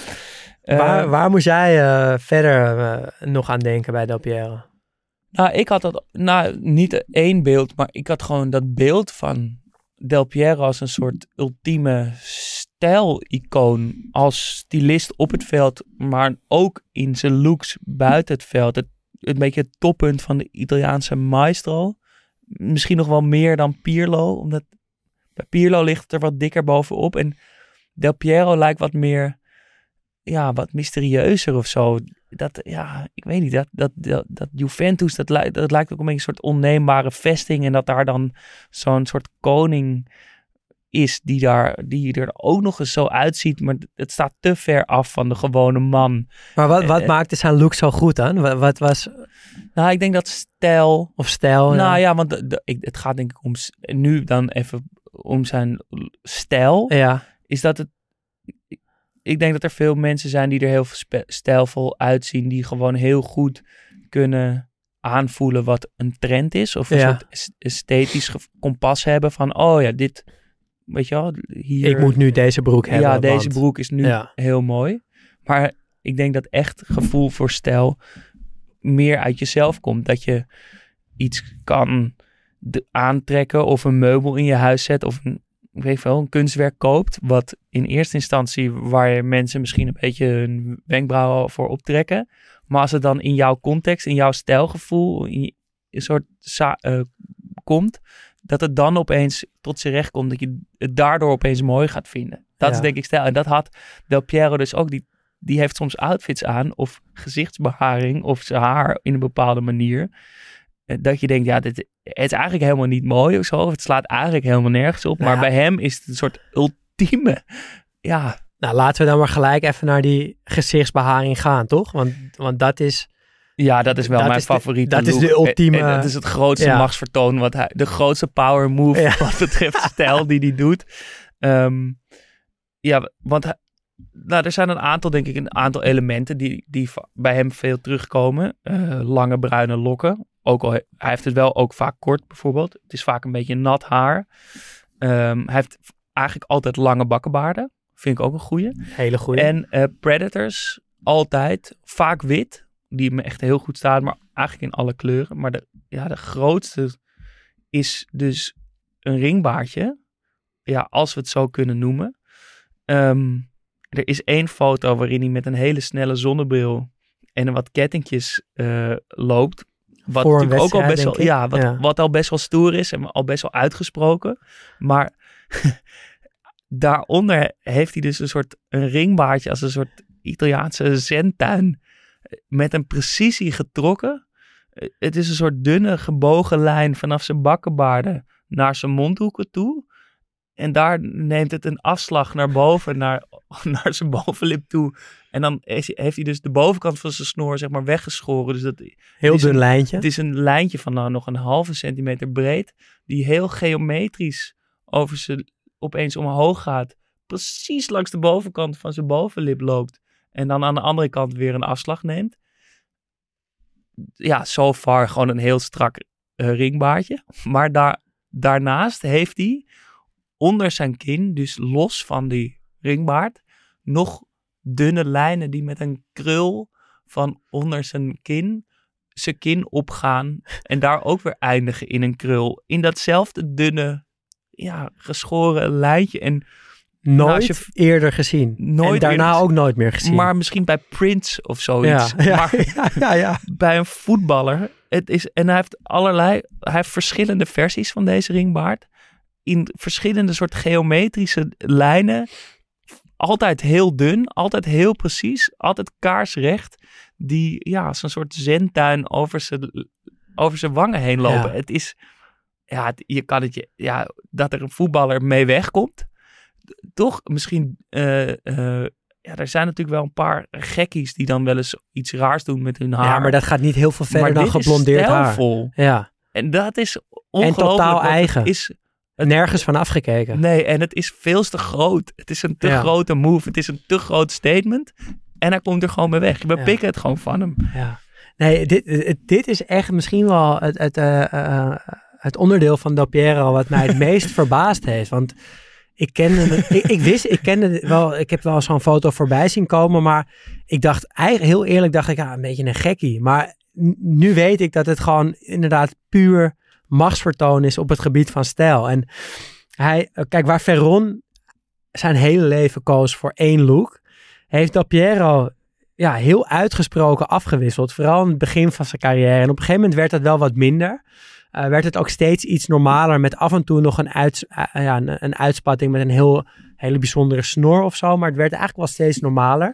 Waar moest jij verder nog aan denken bij Del Piero? Nou, ik had dat... Nou, niet één beeld, maar ik had gewoon dat beeld van Del Piero als een soort ultieme stijl-icoon. Als stylist op het veld, maar ook in zijn looks buiten het veld. Het beetje het toppunt van de Italiaanse maestro. Misschien nog wel meer dan Pirlo, omdat bij Pirlo ligt het er wat dikker bovenop. En Del Piero lijkt wat meer... Ja, wat mysterieuzer of zo. Ik weet niet. Dat Juventus, dat lijkt ook een beetje een soort onneembare vesting. En dat daar dan zo'n soort koning is die er ook nog eens zo uitziet. Maar het staat te ver af van de gewone man. Maar wat maakte zijn look zo goed dan? Wat was... Nou, ik denk dat stijl... Of stijl, Nou ja, want het gaat denk ik om... Nu dan even om zijn stijl. Ja. Is dat het... Ik denk dat er veel mensen zijn die er heel stijlvol uitzien. Die gewoon heel goed kunnen aanvoelen wat een trend is. Of een soort esthetisch kompas hebben van... Oh ja, dit... Weet je wel, hier... Ik moet nu deze broek hebben. Ja, deze broek is nu heel mooi. Maar ik denk dat echt gevoel voor stijl meer uit jezelf komt. Dat je iets kan aantrekken of een meubel in je huis zet of een kunstwerk koopt, wat in eerste instantie waar je mensen misschien een beetje hun wenkbrauwen voor optrekken. Maar als het dan in jouw context, in jouw stijlgevoel, in een soort komt, dat het dan opeens tot zijn recht komt, dat je het daardoor opeens mooi gaat vinden. Dat is denk ik stijl. En dat had Del Piero dus ook. Die heeft soms outfits aan of gezichtsbeharing of zijn haar in een bepaalde manier. Dat je denkt, ja, het is eigenlijk helemaal niet mooi of zo. Of het slaat eigenlijk helemaal nergens op. Maar bij hem is het een soort ultieme, Nou, laten we dan maar gelijk even naar die gezichtsbeharing gaan, toch? Want dat is... Ja, dat is wel mijn favoriete look. Dat is de ultieme... En dat is het grootste machtsvertoon. De grootste power move wat betreft stijl die hij doet. Want er zijn een aantal elementen die bij hem veel terugkomen. Lange bruine lokken. Ook al, hij heeft het wel ook vaak kort bijvoorbeeld. Het is vaak een beetje nat haar. Hij heeft eigenlijk altijd lange bakkenbaarden. Vind ik ook een goeie. Hele goeie. En Predators altijd. Vaak wit. Die me echt heel goed staat. Maar eigenlijk in alle kleuren. Maar de grootste is dus een ringbaardje. Ja, als we het zo kunnen noemen. Er is één foto waarin hij met een hele snelle zonnebril en wat kettingjes loopt. Wat natuurlijk ook al best wel, wat al best wel stoer is en al best wel uitgesproken. Maar daaronder heeft hij dus een ringbaardje als een soort Italiaanse zentuin met een precisie getrokken. Het is een soort dunne gebogen lijn vanaf zijn bakkenbaarden naar zijn mondhoeken toe. En daar neemt het een afslag naar boven, naar zijn bovenlip toe. En dan heeft hij dus de bovenkant van zijn snor zeg maar weggeschoren. Dus dat heel dun lijntje. Het is een lijntje van nog een halve centimeter breed. Die heel geometrisch opeens omhoog gaat. Precies langs de bovenkant van zijn bovenlip loopt. En dan aan de andere kant weer een afslag neemt. Ja, so far gewoon een heel strak ringbaardje. Maar daarnaast heeft hij onder zijn kin, dus los van die ringbaard, nog dunne lijnen die met een krul van onder zijn kin opgaan en daar ook weer eindigen in een krul. In datzelfde dunne, geschoren lijntje. En nooit eerder gezien. En daarna ook nooit meer gezien. Maar misschien bij Prince of zoiets. Maar bij een voetballer. En hij heeft verschillende versies van deze ringbaard. in verschillende soort geometrische lijnen. Altijd heel dun, altijd heel precies, altijd kaarsrecht. Die als een soort zentuin over zijn wangen heen lopen. Ja. Het is, dat er een voetballer mee wegkomt. Toch, misschien, er zijn natuurlijk wel een paar gekkies die dan wel eens iets raars doen met hun haar. Ja, maar dat gaat niet heel veel verder dan geblondeerd haar. Ja. En dat is ongelooflijk. En totaal eigen. Is nergens van afgekeken. Nee, en het is veel te groot. Het is een te grote move. Het is een te groot statement. En hij komt er gewoon mee weg. We pikken het gewoon van hem. Ja. Nee, dit is echt misschien wel het onderdeel van Del Piero wat mij het meest verbaasd heeft. Want ik heb wel zo'n foto voorbij zien komen, maar ik dacht eigenlijk heel eerlijk, een beetje een gekkie. Maar nu weet ik dat het gewoon inderdaad puur machtsvertoon is op het gebied van stijl. En kijk, waar Veron zijn hele leven koos voor één look, heeft Del Piero heel uitgesproken afgewisseld. Vooral in het begin van zijn carrière. En op een gegeven moment werd dat wel wat minder. Werd het ook steeds iets normaler met af en toe nog een uitspatting met een hele bijzondere snor of zo. Maar het werd eigenlijk wel steeds normaler.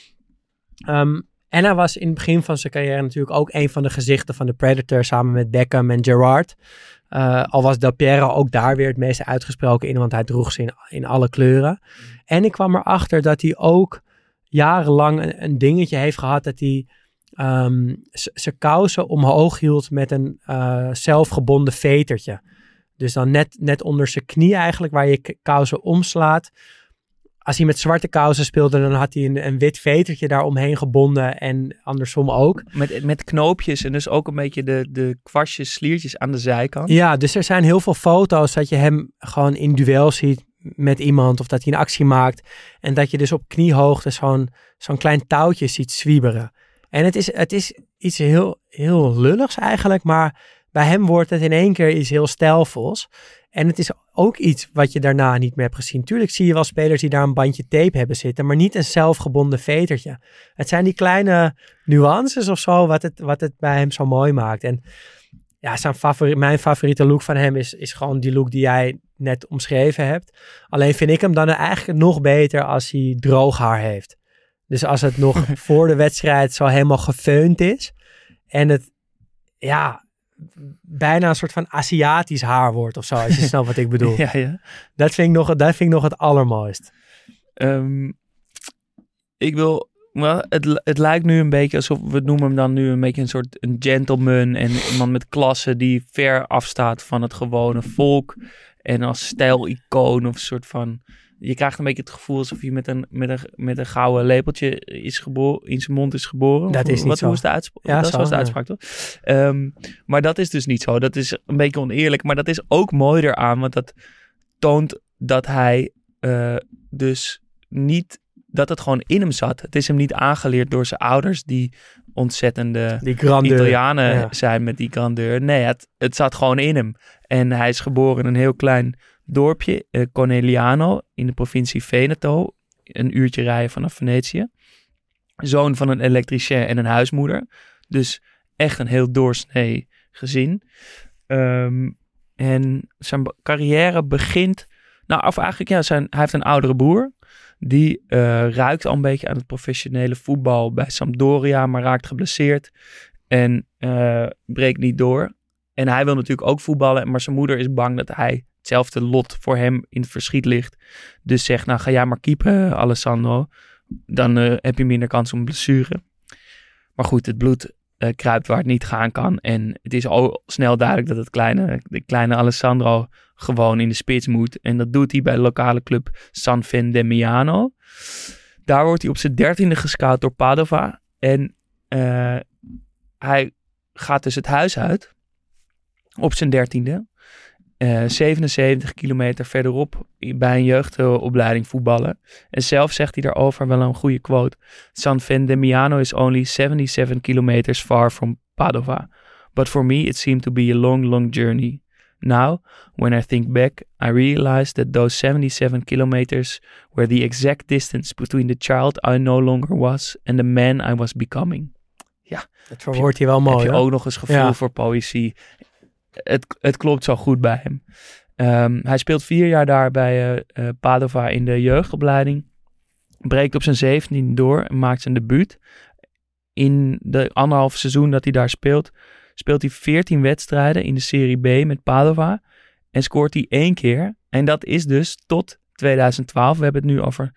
En hij was in het begin van zijn carrière natuurlijk ook een van de gezichten van de Predator samen met Beckham en Gerrard. Al was Del Piero ook daar weer het meest uitgesproken in, want hij droeg ze in alle kleuren. En ik kwam erachter dat hij ook jarenlang een dingetje heeft gehad dat hij zijn kousen omhoog hield met een zelfgebonden vetertje. Dus dan net onder zijn knie eigenlijk, waar je kousen omslaat. Als hij met zwarte kousen speelde, dan had hij een wit vetertje daar omheen gebonden en andersom ook. Met knoopjes en dus ook een beetje de kwastjes, sliertjes aan de zijkant. Ja, dus er zijn heel veel foto's dat je hem gewoon in duel ziet met iemand of dat hij een actie maakt. En dat je dus op kniehoogte zo'n klein touwtje ziet zwieberen. En het is iets heel, heel lulligs eigenlijk, maar bij hem wordt het in één keer iets heel stijlvols. En het is ook iets wat je daarna niet meer hebt gezien. Tuurlijk zie je wel spelers die daar een bandje tape hebben zitten, maar niet een zelfgebonden vetertje. Het zijn die kleine nuances of zo wat het bij hem zo mooi maakt. En ja, mijn favoriete look van hem is gewoon die look die jij net omschreven hebt. Alleen vind ik hem dan eigenlijk nog beter als hij droog haar heeft. Dus als het nog voor de wedstrijd zo helemaal gefeund is. En het, bijna een soort van Aziatisch haar wordt of zo. Als je snapt wat ik bedoel. Ja. Dat vind ik nog het allermooist. Het lijkt nu een beetje alsof, we noemen hem dan nu een beetje een gentleman en iemand met klasse die ver afstaat van het gewone volk. En als stijlicoon of een soort van, je krijgt een beetje het gevoel alsof hij met een gouden lepeltje in zijn mond is geboren. Dat is niet zo. Hoe is de uitspraak? Ja, dat was de uitspraak, toch? Maar dat is dus niet zo. Dat is een beetje oneerlijk. Maar dat is ook mooi eraan, want dat toont dat hij dus niet, dat het gewoon in hem zat. Het is hem niet aangeleerd door zijn ouders die ontzettende Italianen zijn met die grandeur. Nee, het zat gewoon in hem. En hij is geboren in een heel klein dorpje, Conegliano, in de provincie Veneto. Een uurtje rijden vanaf Venetië. Zoon van een elektricien en een huismoeder. Dus echt een heel doorsnee gezin. En zijn carrière begint, hij heeft een oudere broer. Die ruikt al een beetje aan het professionele voetbal bij Sampdoria, maar raakt geblesseerd en breekt niet door. En hij wil natuurlijk ook voetballen, maar zijn moeder is bang dat hij hetzelfde lot voor hem in het verschiet ligt. Dus zegt, ga jij maar keepen, Alessandro. Dan heb je minder kans op een blessure. Maar goed, het bloed kruipt waar het niet gaan kan. En het is al snel duidelijk dat de kleine Alessandro gewoon in de spits moet. En dat doet hij bij de lokale club San Vendemiano. Daar wordt hij op zijn 13e gescout door Padova. En hij gaat dus het huis uit op zijn 13e. 77 kilometer verderop bij een jeugdopleiding voetballen. En zelf zegt hij daarover wel een goede quote. San Vendemiano is only 77 kilometers far from Padova. But for me it seemed to be a long, long journey. Now, when I think back, I realize that those 77 kilometers were the exact distance between the child I no longer was and the man I was becoming. Ja, dat verwoordt hij wel mooi. Heb je ook nog eens gevoel voor poëzie. Het klopt zo goed bij hem. Hij speelt 4 jaar daar bij Padova in de jeugdopleiding. Breekt op zijn 17e door en maakt zijn debuut. In de 1,5 seizoen dat hij daar speelt hij 14 wedstrijden in de Serie B met Padova. En scoort hij 1 keer. En dat is dus tot 2012. We hebben het nu over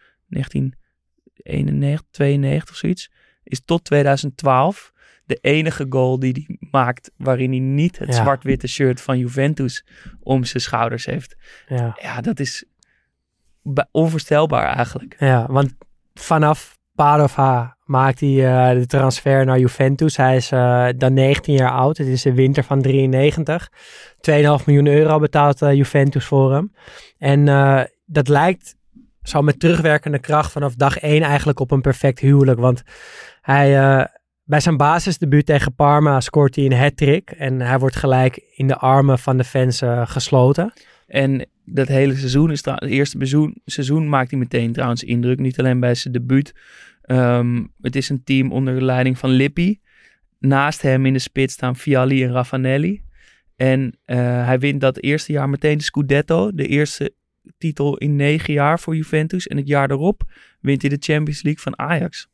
1991, 92 of zoiets. Is tot 2012 de enige goal die hij maakt waarin hij niet het zwart-witte shirt van Juventus om zijn schouders heeft. Ja, dat is onvoorstelbaar eigenlijk. Ja, want vanaf Padova maakt hij de transfer naar Juventus. Hij is dan 19 jaar oud. Het is de winter van 93. 2,5 miljoen euro betaalt Juventus voor hem. En dat lijkt zo met terugwerkende kracht vanaf dag 1 eigenlijk op een perfect huwelijk. Want hij, bij zijn basisdebuut tegen Parma scoort hij een hat-trick. En hij wordt gelijk in de armen van de fans gesloten. En dat hele seizoen is het eerste seizoen maakt hij meteen trouwens indruk. Niet alleen bij zijn debuut. Het is een team onder de leiding van Lippi. Naast hem in de spits staan Vialli en Raffanelli. En hij wint dat eerste jaar meteen de Scudetto. De eerste titel in 9 jaar voor Juventus. En het jaar daarop wint hij de Champions League van Ajax.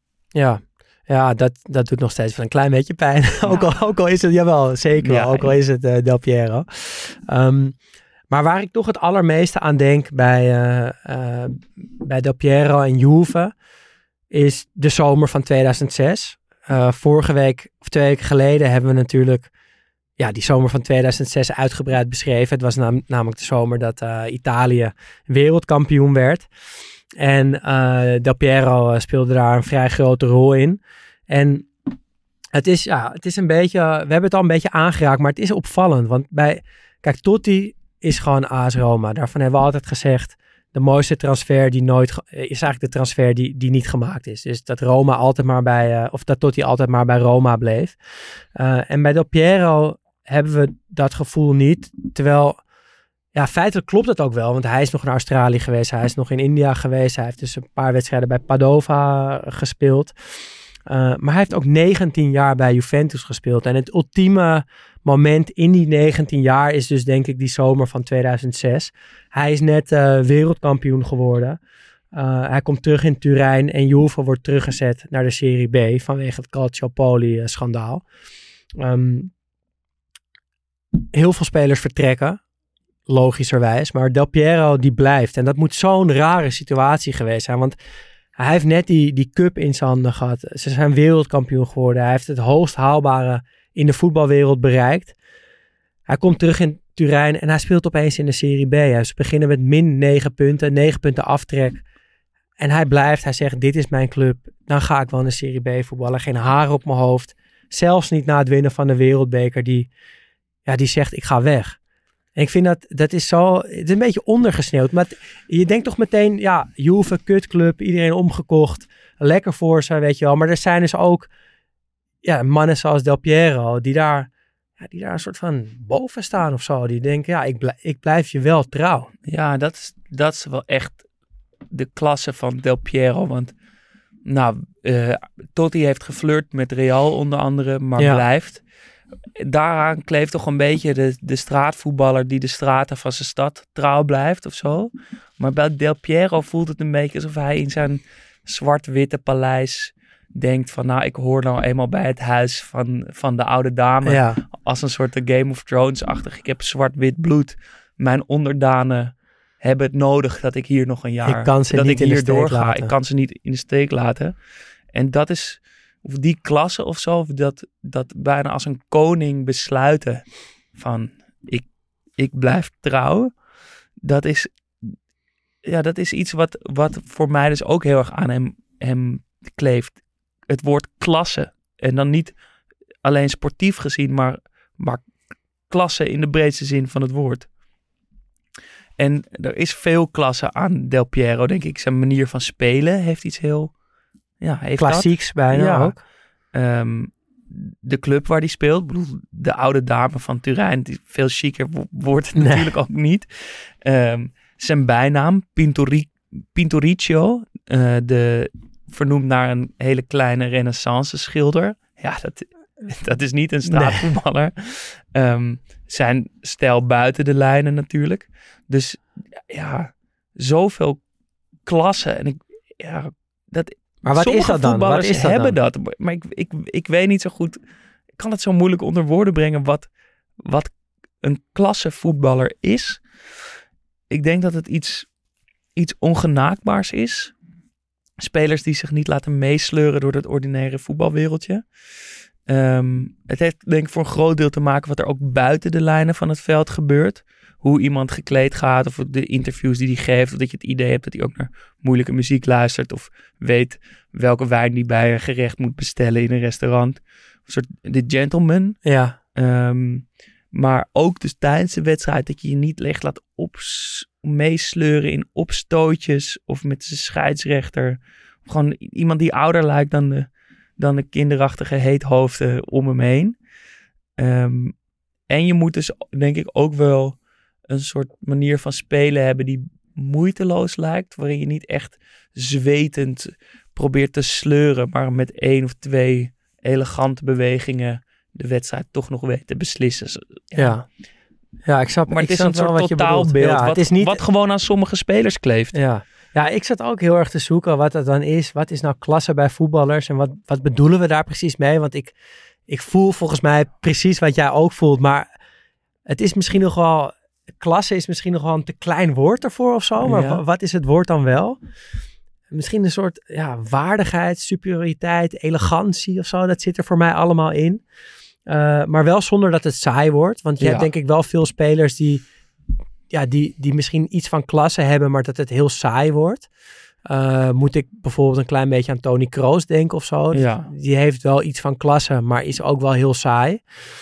Ja, dat doet nog steeds wel een klein beetje pijn. Ook al is het, jawel, zeker wel. Ook al is het Del Piero. Maar waar ik toch het allermeeste aan denk bij Del Piero en Juve is de zomer van 2006. Vorige week of 2 weken geleden hebben we natuurlijk die zomer van 2006 uitgebreid beschreven. Het was namelijk de zomer dat Italië wereldkampioen werd. En Del Piero speelde daar een vrij grote rol in. En het is een beetje, we hebben het al een beetje aangeraakt, maar het is opvallend. Want kijk, Totti is gewoon AS Roma. Daarvan hebben we altijd gezegd, de mooiste transfer is eigenlijk de transfer die niet gemaakt is. Dus dat Roma altijd maar dat Totti altijd maar bij Roma bleef. En bij Del Piero hebben we dat gevoel niet. Terwijl, feitelijk klopt het ook wel. Want hij is nog in Australië geweest. Hij is nog in India geweest. Hij heeft dus een paar wedstrijden bij Padova gespeeld. Maar hij heeft ook 19 jaar bij Juventus gespeeld. En het ultieme moment in die 19 jaar is dus denk ik die zomer van 2006. Hij is net wereldkampioen geworden. Hij komt terug in Turijn en Juve wordt teruggezet naar de Serie B vanwege het Calciopoli-schandaal. Heel veel spelers vertrekken, logischerwijs. Maar Del Piero die blijft. En dat moet zo'n rare situatie geweest zijn. Want hij heeft net die cup in zijn handen gehad. Ze zijn wereldkampioen geworden. Hij heeft het hoogst haalbare in de voetbalwereld bereikt. Hij komt terug in Turijn en hij speelt opeens in de Serie B. Ze beginnen met min 9 punten, 9 punten aftrek. En hij blijft, hij zegt, dit is mijn club. Dan ga ik wel in de Serie B voetballen. Geen haar op mijn hoofd. Zelfs niet na het winnen van de wereldbeker. Die zegt, ik ga weg. En ik vind dat is zo, het is een beetje ondergesneeuwd. Maar je denkt toch meteen, Juve, kutclub, iedereen omgekocht. Lekker voor ze, weet je wel. Maar er zijn dus ook mannen zoals Del Piero, die daar een soort van boven staan of zo. Die denken, ik blijf je wel trouw. Ja, dat is wel echt de klasse van Del Piero. Want Totti heeft geflirt met Real onder andere, maar blijft. Daaraan kleeft toch een beetje de straatvoetballer die de straten van zijn stad trouw blijft of zo. Maar bij Del Piero voelt het een beetje alsof hij in zijn zwart-witte paleis denkt van ik hoor nou eenmaal bij het huis van de oude dame. Ja. Als een soort Game of Thrones-achtig. Ik heb zwart-wit bloed. Mijn onderdanen hebben het nodig dat ik hier nog een jaar... Ik kan ze niet in de steek laten. Ik kan ze niet in de steek laten. En dat is... Of die klasse of zo, of dat bijna als een koning besluiten van ik blijf trouw. Dat is iets wat voor mij dus ook heel erg aan hem kleeft. Het woord klasse. En dan niet alleen sportief gezien, maar klasse in de breedste zin van het woord. En er is veel klasse aan Del Piero, denk ik. Zijn manier van spelen heeft iets heel... heeft klassieks dat. bijna ook. De club waar hij speelt, ik bedoel, de oude dame van Turijn, die veel chiquer wordt het natuurlijk ook niet. Zijn bijnaam, Pinturicchio, vernoemd naar een hele kleine renaissance schilder. Ja, Dat is niet een straatvoetballer. Zijn stijl buiten de lijnen natuurlijk. Dus ja, zoveel klassen. En Maar wat is dat dan? Voetballers Wat is dat hebben dan? dat. Maar ik weet niet zo goed. Ik kan het zo moeilijk onder woorden brengen wat een klassevoetballer is. Ik denk dat het iets ongenaakbaars is. Spelers die zich niet laten meesleuren door het ordinaire voetbalwereldje. Het heeft denk ik voor een groot deel te maken wat er ook buiten de lijnen van het veld gebeurt. Hoe iemand gekleed gaat of de interviews die hij geeft. Of dat je het idee hebt dat hij ook naar moeilijke muziek luistert. Of weet welke wijn hij bij een gerecht moet bestellen in een restaurant. Een soort de gentleman. Ja. Maar ook dus tijdens de wedstrijd dat je je niet echt laat meesleuren in opstootjes. Of met zijn scheidsrechter. Of gewoon iemand die ouder lijkt dan de kinderachtige heethoofden om hem heen. En je moet dus denk ik ook wel een soort manier van spelen hebben die moeiteloos lijkt. Waarin je niet echt zwetend probeert te sleuren. Maar met 1 of 2 elegante bewegingen de wedstrijd toch nog weet te beslissen. Ja, ik snap. Maar het is snap een wel soort wat je bedoelt. totaalbeeld het is niet... wat gewoon aan sommige spelers kleeft. Ja, ik zat ook heel erg te zoeken wat dat dan is. Wat is nou klasse bij voetballers en wat bedoelen we daar precies mee? Want ik voel volgens mij precies wat jij ook voelt, maar het is misschien nog wel... Klasse is misschien nog wel een te klein woord ervoor of zo, maar wat is het woord dan wel? Misschien een soort waardigheid, superioriteit, elegantie of zo. Dat zit er voor mij allemaal in. Maar wel zonder dat het saai wordt. Want je hebt denk ik wel veel spelers die misschien iets van klasse hebben, maar dat het heel saai wordt. Moet ik bijvoorbeeld een klein beetje aan Toni Kroos denken of zo. Ja. Die heeft wel iets van klasse, maar is ook wel heel saai.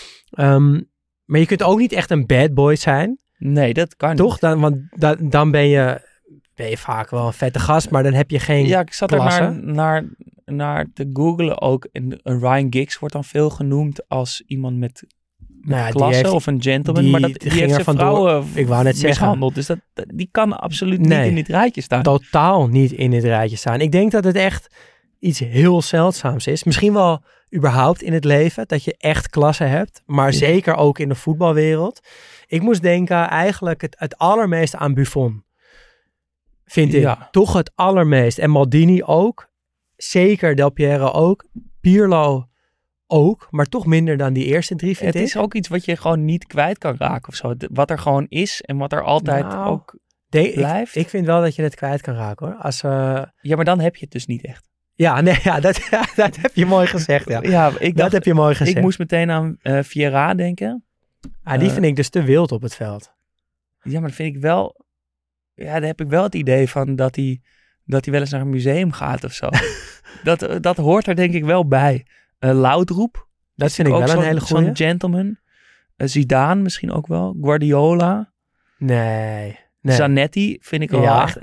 Maar je kunt ook niet echt een bad boy zijn. Nee, dat kan niet. Toch? Dan ben je vaak wel een vette gast, maar dan heb je geen Ja, ik zat klasse. er naar te googlen ook. En Ryan Giggs wordt dan veel genoemd als iemand met klasse of een gentleman. Maar die heeft zijn vrouwen ik wou net mishandeld. Dus die kan absoluut niet in dit rijtje staan. Totaal niet in dit rijtje staan. Ik denk dat het echt iets heel zeldzaams is. Misschien wel überhaupt in het leven, dat je echt klasse hebt. Maar zeker ook in de voetbalwereld. Ik moest denken eigenlijk het allermeest aan Buffon. Vind ik. Ja. Toch het allermeest. En Maldini ook. Zeker Del Piero ook. Pirlo ook. Maar toch minder dan die eerste 3 vind ik. Het is ook iets wat je gewoon niet kwijt kan raken of zo. Wat er gewoon is en wat er altijd ook blijft. Ik vind wel dat je het kwijt kan raken hoor. Ja, maar dan heb je het dus niet echt. Ja, dat heb je mooi gezegd. Ja. Dat heb je mooi gezegd. Ik moest meteen aan Vieira denken. Die vind ik dus te wild op het veld. Ja, maar dat vind ik wel... Ja, daar heb ik wel het idee van dat hij wel eens naar een museum gaat of zo. dat hoort er denk ik wel bij. Laudroep. Dat vind ik wel een hele goeie. Zo'n gentleman. Zidane misschien ook wel. Guardiola. Nee. Zanetti vind ik wel echt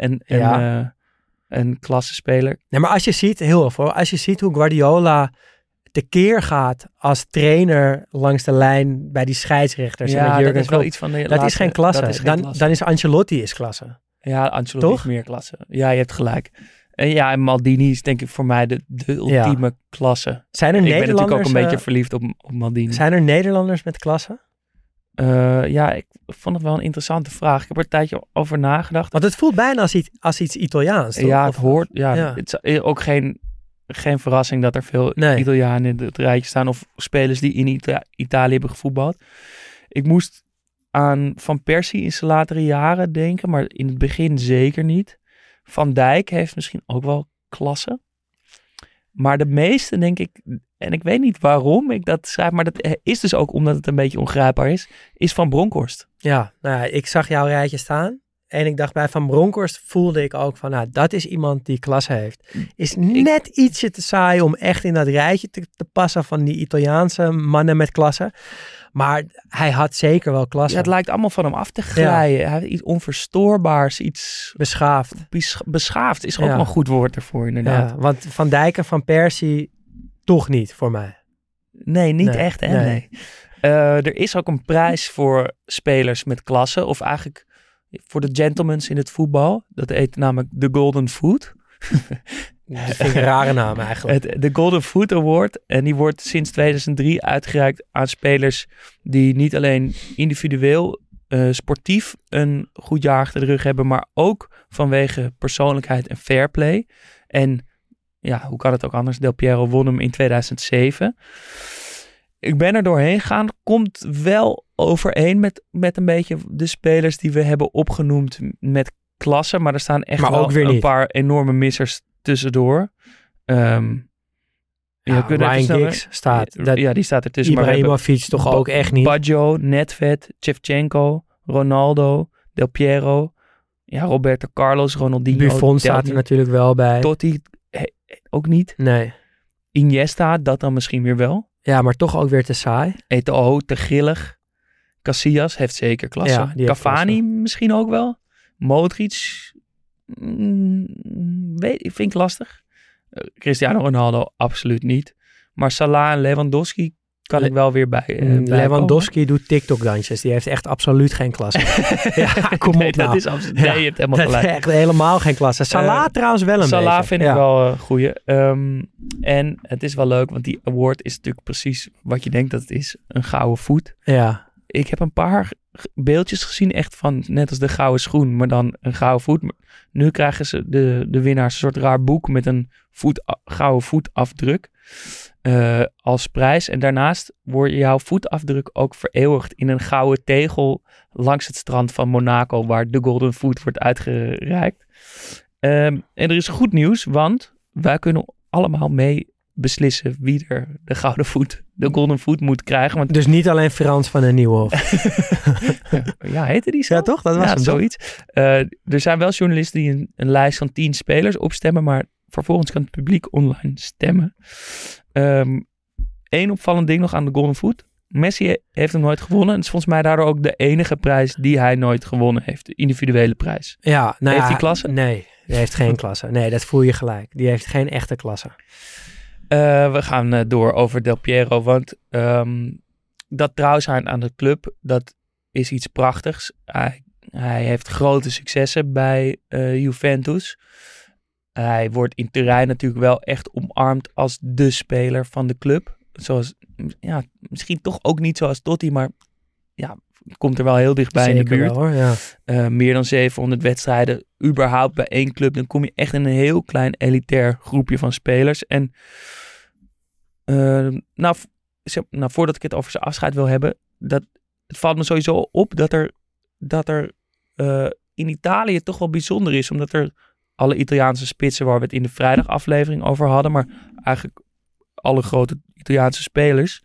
een klassespeler. Nee, maar als je ziet hoe Guardiola tekeer gaat als trainer langs de lijn bij die scheidsrechters. Ja, en dat is wel iets van de dat is geen klasse. Dan is Ancelotti klasse. Ja, Ancelotti is meer klasse. Ja, je hebt gelijk. En Maldini is denk ik voor mij de ultieme klasse. Zijn er ik Nederlanders... ben natuurlijk ook een beetje verliefd op Maldini. Zijn er Nederlanders met klasse? Ik vond het wel een interessante vraag. Ik heb er een tijdje over nagedacht. Want het voelt bijna als iets Italiaans, toch? Ja, het hoort. Ja. Het is ook geen verrassing dat er veel Italianen in het rijtje staan. Of spelers die in Italië hebben gevoetbald. Ik moest aan Van Persie in zijn latere jaren denken. Maar in het begin zeker niet. Van Dijk heeft misschien ook wel klasse. Maar de meeste denk ik... En ik weet niet waarom ik dat schrijf. Maar dat is dus ook omdat het een beetje ongrijpbaar is Van Bronckhorst. Ja, ik zag jouw rijtje staan. En ik dacht bij Van Bronckhorst voelde ik ook van... dat is iemand die klasse heeft. Is net ietsje te saai om echt in dat rijtje te passen... van die Italiaanse mannen met klasse. Maar hij had zeker wel klasse. Ja, het lijkt allemaal van hem af te glijden. Hij heeft iets onverstoorbaars, iets... Beschaafd. Beschaafd is ook wel een goed woord ervoor, inderdaad. Ja, want Van Dijk en Van Persie toch niet voor mij. Nee, niet echt. Hè? Nee. Er is ook een prijs voor spelers met klasse. Of eigenlijk voor de gentlemans in het voetbal. Dat heet namelijk de Golden Foot. Dat vind ik een rare naam eigenlijk. De Golden Foot Award. En die wordt sinds 2003 uitgereikt aan spelers die niet alleen individueel, sportief een goed jaar achter de rug hebben, maar ook vanwege persoonlijkheid en fair play. En ja, hoe kan het ook anders? Del Piero won hem in 2007. Ik ben er doorheen gegaan. Komt wel overeen met een beetje de spelers die we hebben opgenoemd met klasse. Maar er staan echt maar wel ook weer een niet. paar enorme missers tussendoor. Ryan Giggs staat. Die staat ertussen. Ibrahimovic toch ook echt niet. Baggio, Nedved, Shevchenko, Ronaldo, Del Piero. Ja, Roberto Carlos, Ronaldinho. Buffon staat er natuurlijk wel bij. Totti ook niet. Nee. Iniesta, dat dan misschien weer wel. Ja, maar toch ook weer te saai. Eto'o, te grillig. Casillas heeft zeker klasse. Ja, die heeft Cavani klasse. misschien ook wel. Modric, vind ik lastig. Cristiano Ronaldo absoluut niet. Maar Salah en Lewandowski kan ik wel weer bij. Lewandowski doet TikTok-dansjes. Die heeft echt absoluut geen klasse. Ja, kom op dat nou. is absoluut. Nee, je hebt helemaal Dat gelijk. is echt helemaal geen klasse. Salah trouwens wel een beetje. Salah vind ik wel een goeie. En het is wel leuk, want die award is natuurlijk precies wat je denkt dat het is. Een gouden voet. Ja. Ik heb een paar beeldjes gezien, echt van net als de gouden schoen, maar dan een gouden voet. Nu krijgen ze de winnaars een soort raar boek met een gouden voetafdruk als prijs. En daarnaast wordt jouw voetafdruk ook vereeuwigd in een gouden tegel langs het strand van Monaco, waar de Golden Foot wordt uitgereikt. En er is goed nieuws, want wij kunnen allemaal mee beslissen wie er de gouden voet, de Golden Foot moet krijgen. Want Dus niet alleen Frans van den Nieuwhof. ja, heette die zo? Ja, toch? Dat was hem, toch? zoiets. Er zijn wel journalisten die een lijst van 10 spelers opstemmen, maar vervolgens kan het publiek online stemmen. Eén opvallend ding nog aan de Golden Foot. Messi heeft hem nooit gewonnen. Het is volgens mij daardoor ook de enige prijs die hij nooit gewonnen heeft. De individuele prijs. Ja, nou Heeft hij klasse? Nee, die heeft geen klasse. Nee, dat voel je gelijk. Die heeft geen echte klasse. We gaan door over Del Piero, want dat trouw zijn aan de club, dat is iets prachtigs. Hij heeft grote successen bij Juventus. Hij wordt in Turijn natuurlijk wel echt omarmd als de speler van de club. Zoals, ja, misschien toch ook niet zoals Totti, maar ja, komt er wel heel dichtbij in de buurt. Wel, hoor, ja. Meer dan 700 wedstrijden überhaupt bij één club. Dan kom je echt in een heel klein elitair groepje van spelers. En voordat ik het over zijn afscheid wil hebben, het valt me sowieso op dat er in Italië toch wel bijzonder is, omdat er alle Italiaanse spitsen waar we het in de vrijdagaflevering over hadden, maar eigenlijk alle grote Italiaanse spelers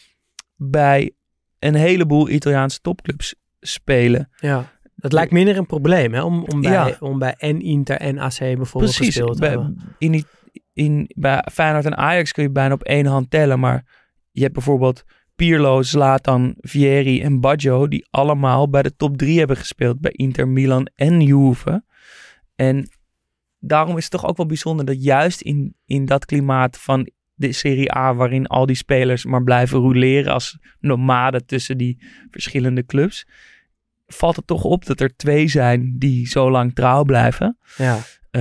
bij een heleboel Italiaanse topclubs spelen. Ja. Dat lijkt minder een probleem, hè? Om bij en Inter en AC bijvoorbeeld gespeeld te hebben. Bij Feyenoord en Ajax kun je bijna op één hand tellen, maar je hebt bijvoorbeeld Pirlo, Zlatan, Vieri en Baggio, die allemaal bij de top 3 hebben gespeeld bij Inter, Milan en Juve. En daarom is het toch ook wel bijzonder dat juist in dat klimaat van de Serie A, waarin al die spelers maar blijven roleren als nomaden tussen die verschillende clubs, valt het toch op dat er 2 zijn die zo lang trouw blijven. Ja.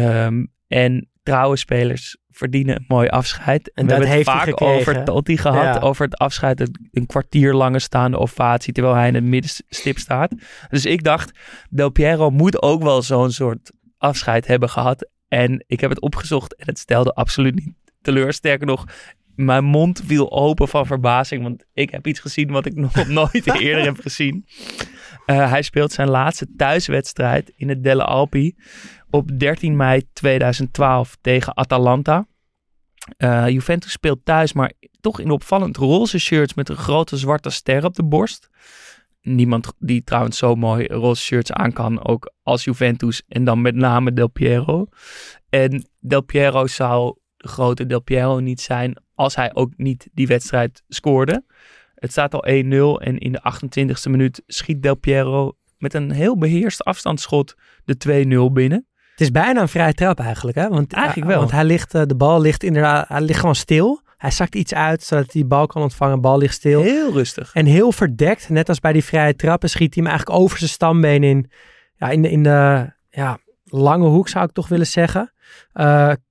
En trouwe spelers verdienen een mooi afscheid. En we dat hebben het heeft hij vaak gekregen. over Totti gehad. Ja. Over het afscheid, een kwartier lange staande ovatie, terwijl hij in het middenstip staat. Dus ik dacht, Del Piero moet ook wel zo'n soort afscheid hebben gehad. En ik heb het opgezocht en het stelde absoluut niet teleur. Sterker nog, mijn mond viel open van verbazing, want ik heb iets gezien wat ik nog nooit eerder heb gezien. Hij speelt zijn laatste thuiswedstrijd in het Delle Alpi op 13 mei 2012 tegen Atalanta. Juventus speelt thuis, maar toch in opvallend roze shirts met een grote zwarte ster op de borst. Niemand die trouwens zo mooi roze shirts aan kan, ook als Juventus en dan met name Del Piero. En Del Piero zou de grote Del Piero niet zijn als hij ook niet die wedstrijd scoorde. Het staat al 1-0 en in de 28e minuut schiet Del Piero met een heel beheerst afstandsschot de 2-0 binnen. Het is bijna een vrije trap eigenlijk, hè? Want, Eigenlijk wel. Want de bal ligt inderdaad, hij ligt gewoon stil. Hij zakt iets uit zodat hij die bal kan ontvangen. De bal ligt stil. Heel rustig. En heel verdekt, net als bij die vrije trappen, schiet hij hem eigenlijk over zijn stambeen in. Ja, in de lange hoek zou ik toch willen zeggen.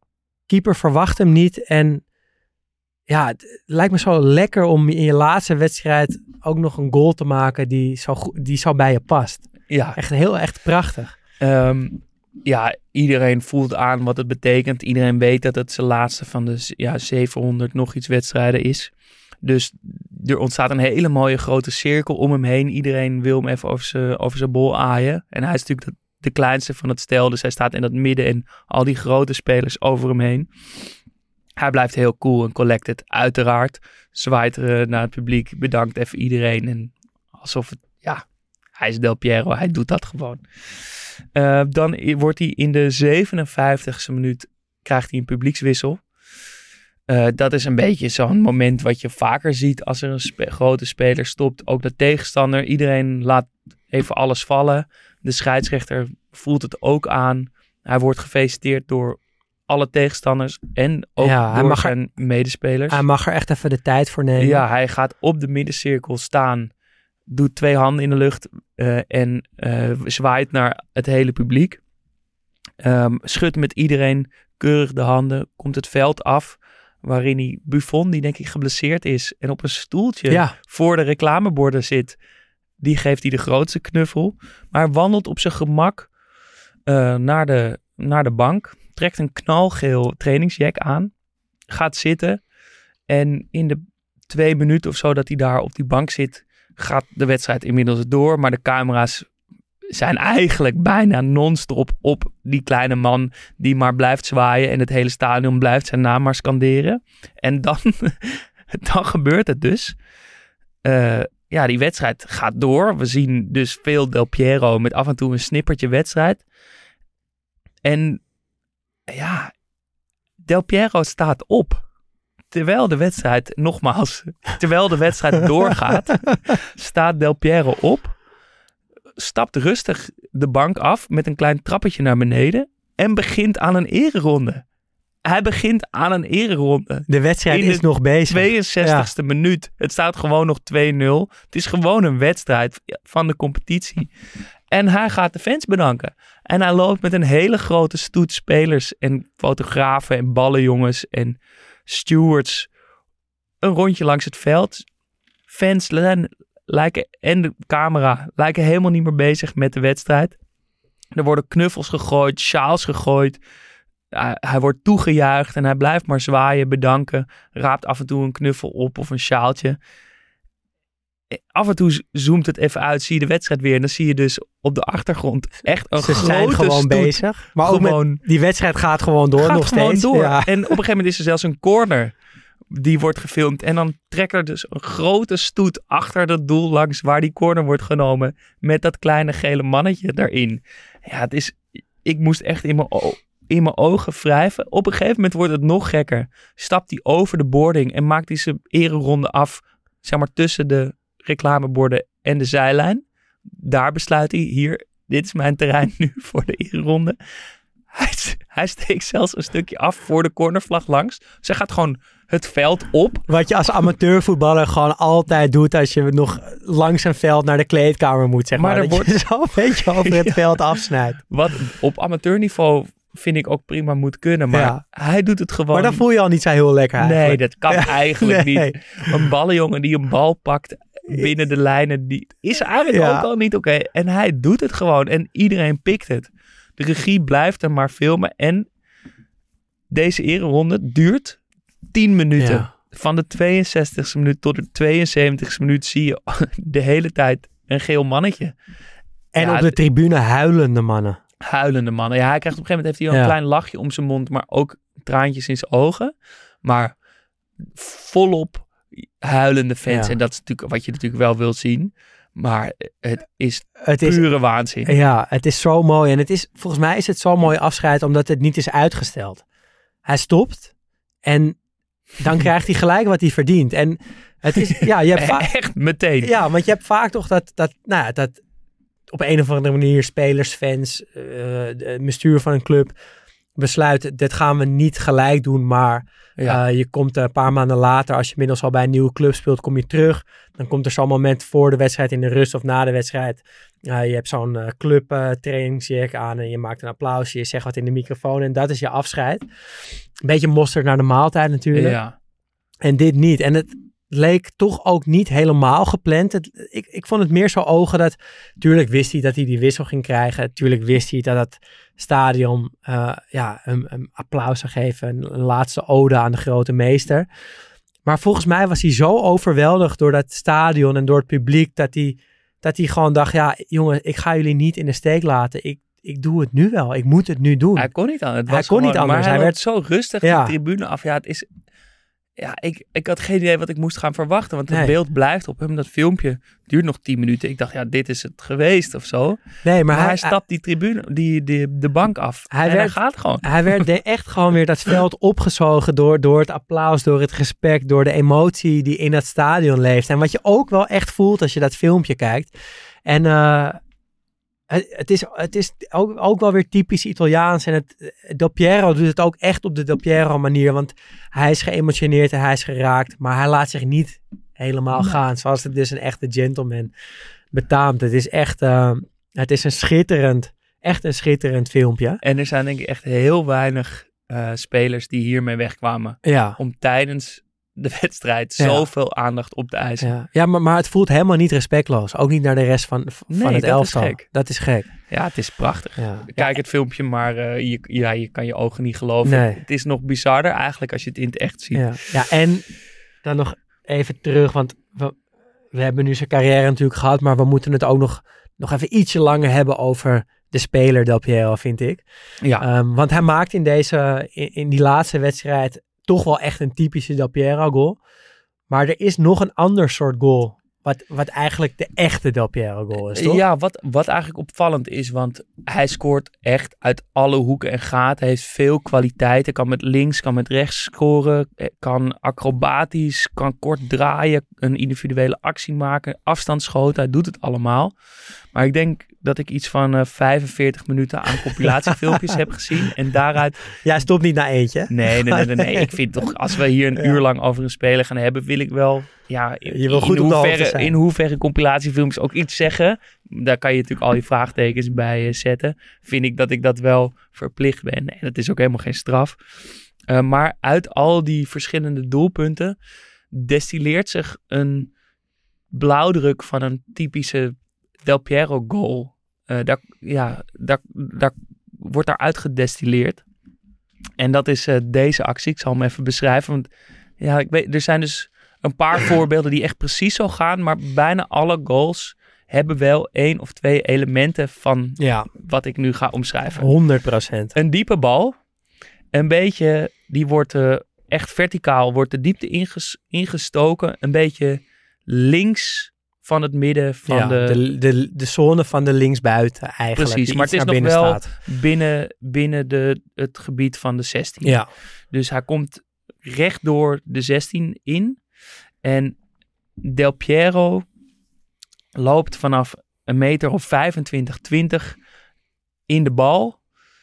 keeper verwacht hem niet. En ja, het lijkt me zo lekker om in je laatste wedstrijd ook nog een goal te maken die zo bij je past. Ja. Echt prachtig. Iedereen voelt aan wat het betekent. Iedereen weet dat het zijn laatste van de 700 nog iets wedstrijden is. Dus er ontstaat een hele mooie grote cirkel om hem heen. Iedereen wil hem even over zijn bol aaien. En hij is natuurlijk de kleinste van het stel. Dus hij staat in dat midden en al die grote spelers over hem heen. Hij blijft heel cool en collected. Uiteraard zwaait naar het publiek. Bedankt even iedereen. En alsof het, hij is Del Piero. Hij doet dat gewoon. Dan wordt hij in de 57e minuut, krijgt hij een publiekswissel. Dat is een beetje zo'n moment wat je vaker ziet als er een grote speler stopt. Ook de tegenstander. Iedereen laat even alles vallen. De scheidsrechter voelt het ook aan. Hij wordt gefeliciteerd door alle tegenstanders en ook door zijn medespelers. Hij mag er echt even de tijd voor nemen. Ja, hij gaat op de middencirkel staan. Doet 2 handen in de lucht en zwaait naar het hele publiek. Schudt met iedereen keurig de handen. Komt het veld af waarin hij Buffon, die denk ik geblesseerd is en op een stoeltje voor de reclameborden zit. Die geeft hij de grootste knuffel. Maar hij wandelt op zijn gemak naar de bank. Trekt een knalgeel trainingsjack aan. Gaat zitten. En in de 2 minuten of zo dat hij daar op die bank zit, gaat de wedstrijd inmiddels door. Maar de camera's zijn eigenlijk bijna non-stop op die kleine man die maar blijft zwaaien. En het hele stadion blijft zijn naam maar scanderen. En dan gebeurt het dus. Die wedstrijd gaat door. We zien dus veel Del Piero met af en toe een snippertje wedstrijd. En Del Piero staat op. Terwijl de wedstrijd doorgaat, staat Del Piero op, stapt rustig de bank af met een klein trappetje naar beneden en begint aan een ereronde. Hij begint aan een ereronde. De wedstrijd is nog bezig. 62e minuut. Het staat gewoon nog 2-0. Het is gewoon een wedstrijd van de competitie. En hij gaat de fans bedanken. En hij loopt met een hele grote stoet spelers en fotografen en ballenjongens en stewards een rondje langs het veld. Fans lijken en de camera lijken helemaal niet meer bezig met de wedstrijd. Er worden knuffels gegooid, sjaals gegooid. Hij wordt toegejuicht en hij blijft maar zwaaien, bedanken. Raapt af en toe een knuffel op of een sjaaltje. Af en toe zoomt het even uit, zie je de wedstrijd weer. En dan zie je dus op de achtergrond echt een grote stoet. Ze zijn gewoon bezig. Maar ook die wedstrijd gaat gewoon door nog steeds. Ja. En op een gegeven moment is er zelfs een corner. Die wordt gefilmd. En dan trekt er dus een grote stoet achter dat doel langs waar die corner wordt genomen. Met dat kleine gele mannetje daarin. Ja, ik moest echt in mijn ogen wrijven. Op een gegeven moment wordt het nog gekker. Stapt hij over de boarding en maakt hij zijn ereronde af. Zeg maar tussen de reclameborden en de zijlijn. Daar besluit hij, dit is mijn terrein nu voor de ereronde. Hij steekt zelfs een stukje af voor de cornervlag langs. Ze gaat gewoon het veld op. Wat je als amateurvoetballer gewoon altijd doet als je nog langs een veld naar de kleedkamer moet, zeg maar. Dat wordt je zo een beetje over het veld afsnijdt. Wat op amateurniveau vind ik ook prima moet kunnen. Maar hij doet het gewoon. Maar dan voel je al niet zo heel lekker eigenlijk. Nee, dat kan eigenlijk niet. Een ballenjongen die een bal pakt binnen de lijnen, die is eigenlijk ook al niet oké. En hij doet het gewoon. En iedereen pikt het. De regie blijft er maar filmen. En deze ereronde duurt 10 minuten. Ja. Van de 62e minuut tot de 72e minuut zie je de hele tijd een geel mannetje. En op de tribune huilende mannen. Huilende mannen. Ja, hij krijgt op een gegeven moment heeft hij wel een klein lachje om zijn mond, maar ook traantjes in zijn ogen. Maar volop huilende fans. Ja. En dat is natuurlijk wat je natuurlijk wel wilt zien. Maar het is pure waanzin. Ja, het is zo mooi. En volgens mij is het zo'n mooi afscheid omdat het niet is uitgesteld. Hij stopt en dan krijgt hij gelijk wat hij verdient. En het is, je hebt echt meteen. Ja, want je hebt vaak toch dat op een of andere manier spelers, fans, het bestuur van een club besluit, dit gaan we niet gelijk doen, maar je komt een paar maanden later, als je inmiddels al bij een nieuwe club speelt, kom je terug. Dan komt er zo'n moment voor de wedstrijd in de rust of na de wedstrijd. Je hebt zo'n clubtrainingsjack aan en je maakt een applausje, je zegt wat in de microfoon en dat is je afscheid. Een beetje mosterd naar de maaltijd natuurlijk. Ja. En dit niet. En het leek toch ook niet helemaal gepland. Ik vond het meer zo ogen dat... Tuurlijk wist hij dat hij die wissel ging krijgen. Tuurlijk wist hij dat het stadion een applaus zou geven. Een laatste ode aan de grote meester. Maar volgens mij was hij zo overweldigd door dat stadion en door het publiek... dat hij gewoon dacht, ja jongen, ik ga jullie niet in de steek laten. Ik doe het nu wel. Ik moet het nu doen. Hij kon niet anders. Hij kon niet anders. Maar hij werd zo rustig de tribune af. Ja, het is... Ja, ik had geen idee wat ik moest gaan verwachten. Want het beeld blijft op hem. Dat filmpje duurt nog 10 minuten. Ik dacht, ja, dit is het geweest of zo. Nee, maar hij stapt die tribune, de bank af. Hij gaat gewoon. Hij werd echt gewoon weer dat veld opgezogen door het applaus, door het respect, door de emotie die in dat stadion leeft. En wat je ook wel echt voelt als je dat filmpje kijkt. En het is ook wel weer typisch Italiaans. En Del Piero doet het ook echt op de Del Piero manier. Want hij is geëmotioneerd en hij is geraakt. Maar hij laat zich niet helemaal gaan. Zoals het dus een echte gentleman betaamt. Het is echt het is een schitterend filmpje. En er zijn denk ik echt heel weinig spelers die hiermee wegkwamen. Ja. Om tijdens de wedstrijd zoveel aandacht op te eisen. Ja, maar het voelt helemaal niet respectloos. Ook niet naar de rest van het elftal. Dat is gek. Ja, het is prachtig. Ja. Kijk het filmpje, maar je kan je ogen niet geloven. Nee. Het is nog bizarder eigenlijk als je het in het echt ziet. Ja, en dan nog even terug, want we hebben nu zijn carrière natuurlijk gehad, maar we moeten het ook nog even ietsje langer hebben over de speler Del Piero, vind ik. Ja. Want hij maakt in die laatste wedstrijd toch wel echt een typische Del Piero goal. Maar er is nog een ander soort goal. Wat eigenlijk de echte Del Piero goal is, toch? Ja, wat eigenlijk opvallend is. Want hij scoort echt uit alle hoeken en gaten. Hij heeft veel kwaliteit. Hij kan met links, kan met rechts scoren. Kan acrobatisch, kan kort draaien. Een individuele actie maken. Afstandsschoten. Hij doet het allemaal. Maar ik denk dat ik iets van 45 minuten aan compilatiefilmpjes heb gezien. En daaruit... Ja, stopt niet na eentje. Nee. Ik vind toch, als we hier een uur lang over een speler gaan hebben, wil ik wel... Ja, je wil goed op de hoogte zijn. In hoeverre compilatiefilmpjes ook iets zeggen. Daar kan je natuurlijk al je vraagtekens bij zetten. Vind ik dat dat wel verplicht ben. En dat is ook helemaal geen straf. Maar uit al die verschillende doelpunten destilleert zich een blauwdruk van een typische Del Piero goal. Daar wordt daaruit gedestilleerd. En dat is deze actie. Ik zal hem even beschrijven. Want ja, ik weet, er zijn dus een paar voorbeelden die echt precies zo gaan. Maar bijna alle goals hebben wel 1 of 2 elementen van wat ik nu ga omschrijven. 100%. Een diepe bal. Een beetje, die wordt echt verticaal, wordt de diepte ingestoken. Een beetje links van het midden van de zone van de linksbuiten eigenlijk. Precies, maar het is nog wel binnen het gebied van de 16. Ja. Dus hij komt recht door de 16 in. En Del Piero loopt vanaf 1,25 meter of 20 in de bal.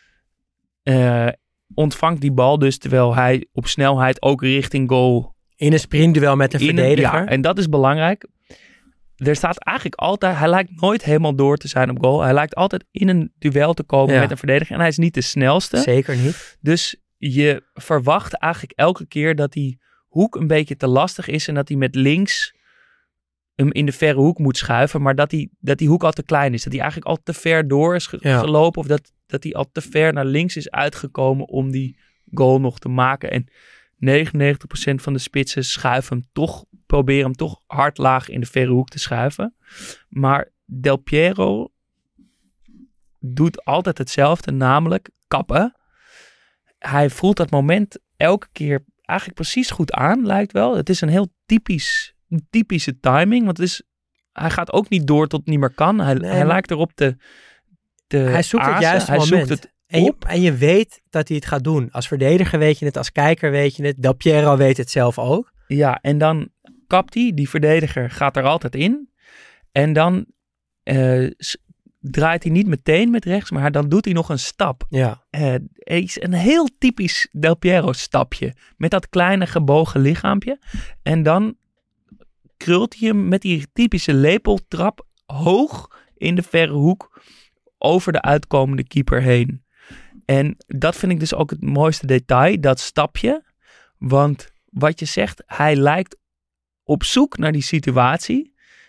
Ontvangt die bal dus terwijl hij op snelheid ook richting goal... In een sprintduel met een verdediger. Ja, en dat is belangrijk. Er staat eigenlijk altijd... Hij lijkt nooit helemaal door te zijn op goal. Hij lijkt altijd in een duel te komen met een verdediger. En hij is niet de snelste. Zeker niet. Dus je verwacht eigenlijk elke keer dat die hoek een beetje te lastig is. En dat hij met links hem in de verre hoek moet schuiven. Maar dat die hoek al te klein is. Dat hij eigenlijk al te ver door is gelopen. Of dat hij al te ver naar links is uitgekomen om die goal nog te maken. En 99% van de spitsen proberen hem toch hard laag in de verre hoek te schuiven. Maar Del Piero doet altijd hetzelfde, namelijk kappen. Hij voelt dat moment elke keer eigenlijk precies goed aan, lijkt wel. Het is een heel typische timing, want hij gaat ook niet door tot het niet meer kan. Hij lijkt erop hij zoekt het juiste moment. Zoekt het en je weet dat hij het gaat doen. Als verdediger weet je het, als kijker weet je het. Del Piero weet het zelf ook. Ja, en dan kapt hij. Die verdediger gaat er altijd in. En dan draait hij niet meteen met rechts, maar dan doet hij nog een stap. Ja. Is een heel typisch Del Piero stapje. Met dat kleine gebogen lichaampje. En dan krult hij hem met die typische lepeltrap hoog in de verre hoek over de uitkomende keeper heen. En dat vind ik dus ook het mooiste detail, dat stapje. Want wat je zegt, hij lijkt op zoek naar die situatie.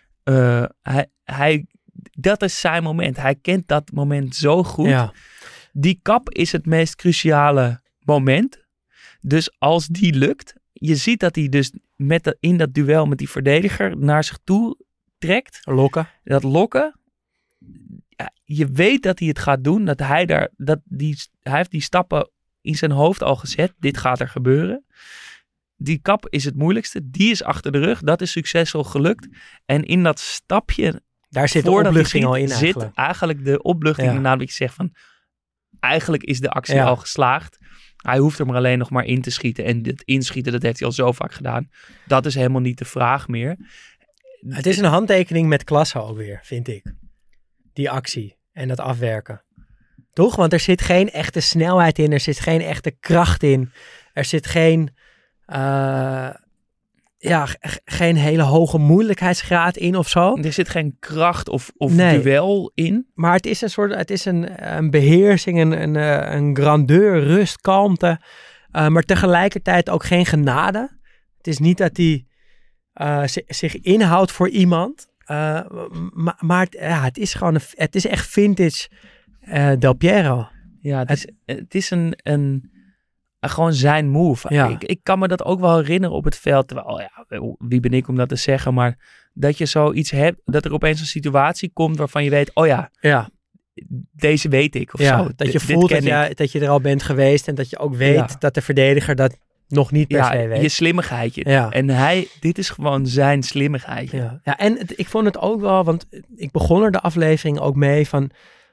Dat is zijn moment. Hij kent dat moment zo goed. Ja. Die kap is het meest cruciale moment. Dus als die lukt, je ziet dat hij dus in dat duel met die verdediger naar zich toe trekt. Lokken. Dat lokken. Ja, je weet dat hij het gaat doen. Dat hij heeft die stappen in zijn hoofd al gezet. Dit gaat er gebeuren. Die kap is het moeilijkste. Die is achter de rug. Dat is succesvol gelukt. En in dat stapje, daar zit de opluchting al in eigenlijk. Zit eigenlijk de opluchting. Ja. Namelijk je zegt van, eigenlijk is de actie al geslaagd. Hij hoeft er maar alleen nog maar in te schieten. En het inschieten, dat heeft hij al zo vaak gedaan. Dat is helemaal niet de vraag meer. Het is een handtekening met klasse ook weer, vind ik. Die actie en dat afwerken. Toch? Want er zit geen echte snelheid in. Er zit geen echte kracht in. Er zit geen geen hele hoge moeilijkheidsgraad in of zo. Er zit geen kracht of Nee. duel in. Maar het is een beheersing, een grandeur, rust, kalmte. Maar tegelijkertijd ook geen genade. Het is niet dat hij zich inhoudt voor iemand. Maar het is gewoon het is echt vintage Del Piero. Ja, het is gewoon zijn move. Ja. Ik kan me dat ook wel herinneren op het veld. Terwijl, wie ben ik om dat te zeggen? Maar dat je zoiets hebt, dat er opeens een situatie komt waarvan je weet, deze weet ik of zo. Dat je voelt dat je er al bent geweest en dat je ook weet dat de verdediger dat nog niet per se weet. Je slimmigheidje. Ja. En dit is gewoon zijn slimmigheidje. Ja, en ik vond het ook wel, want ik begon er de aflevering ook mee van,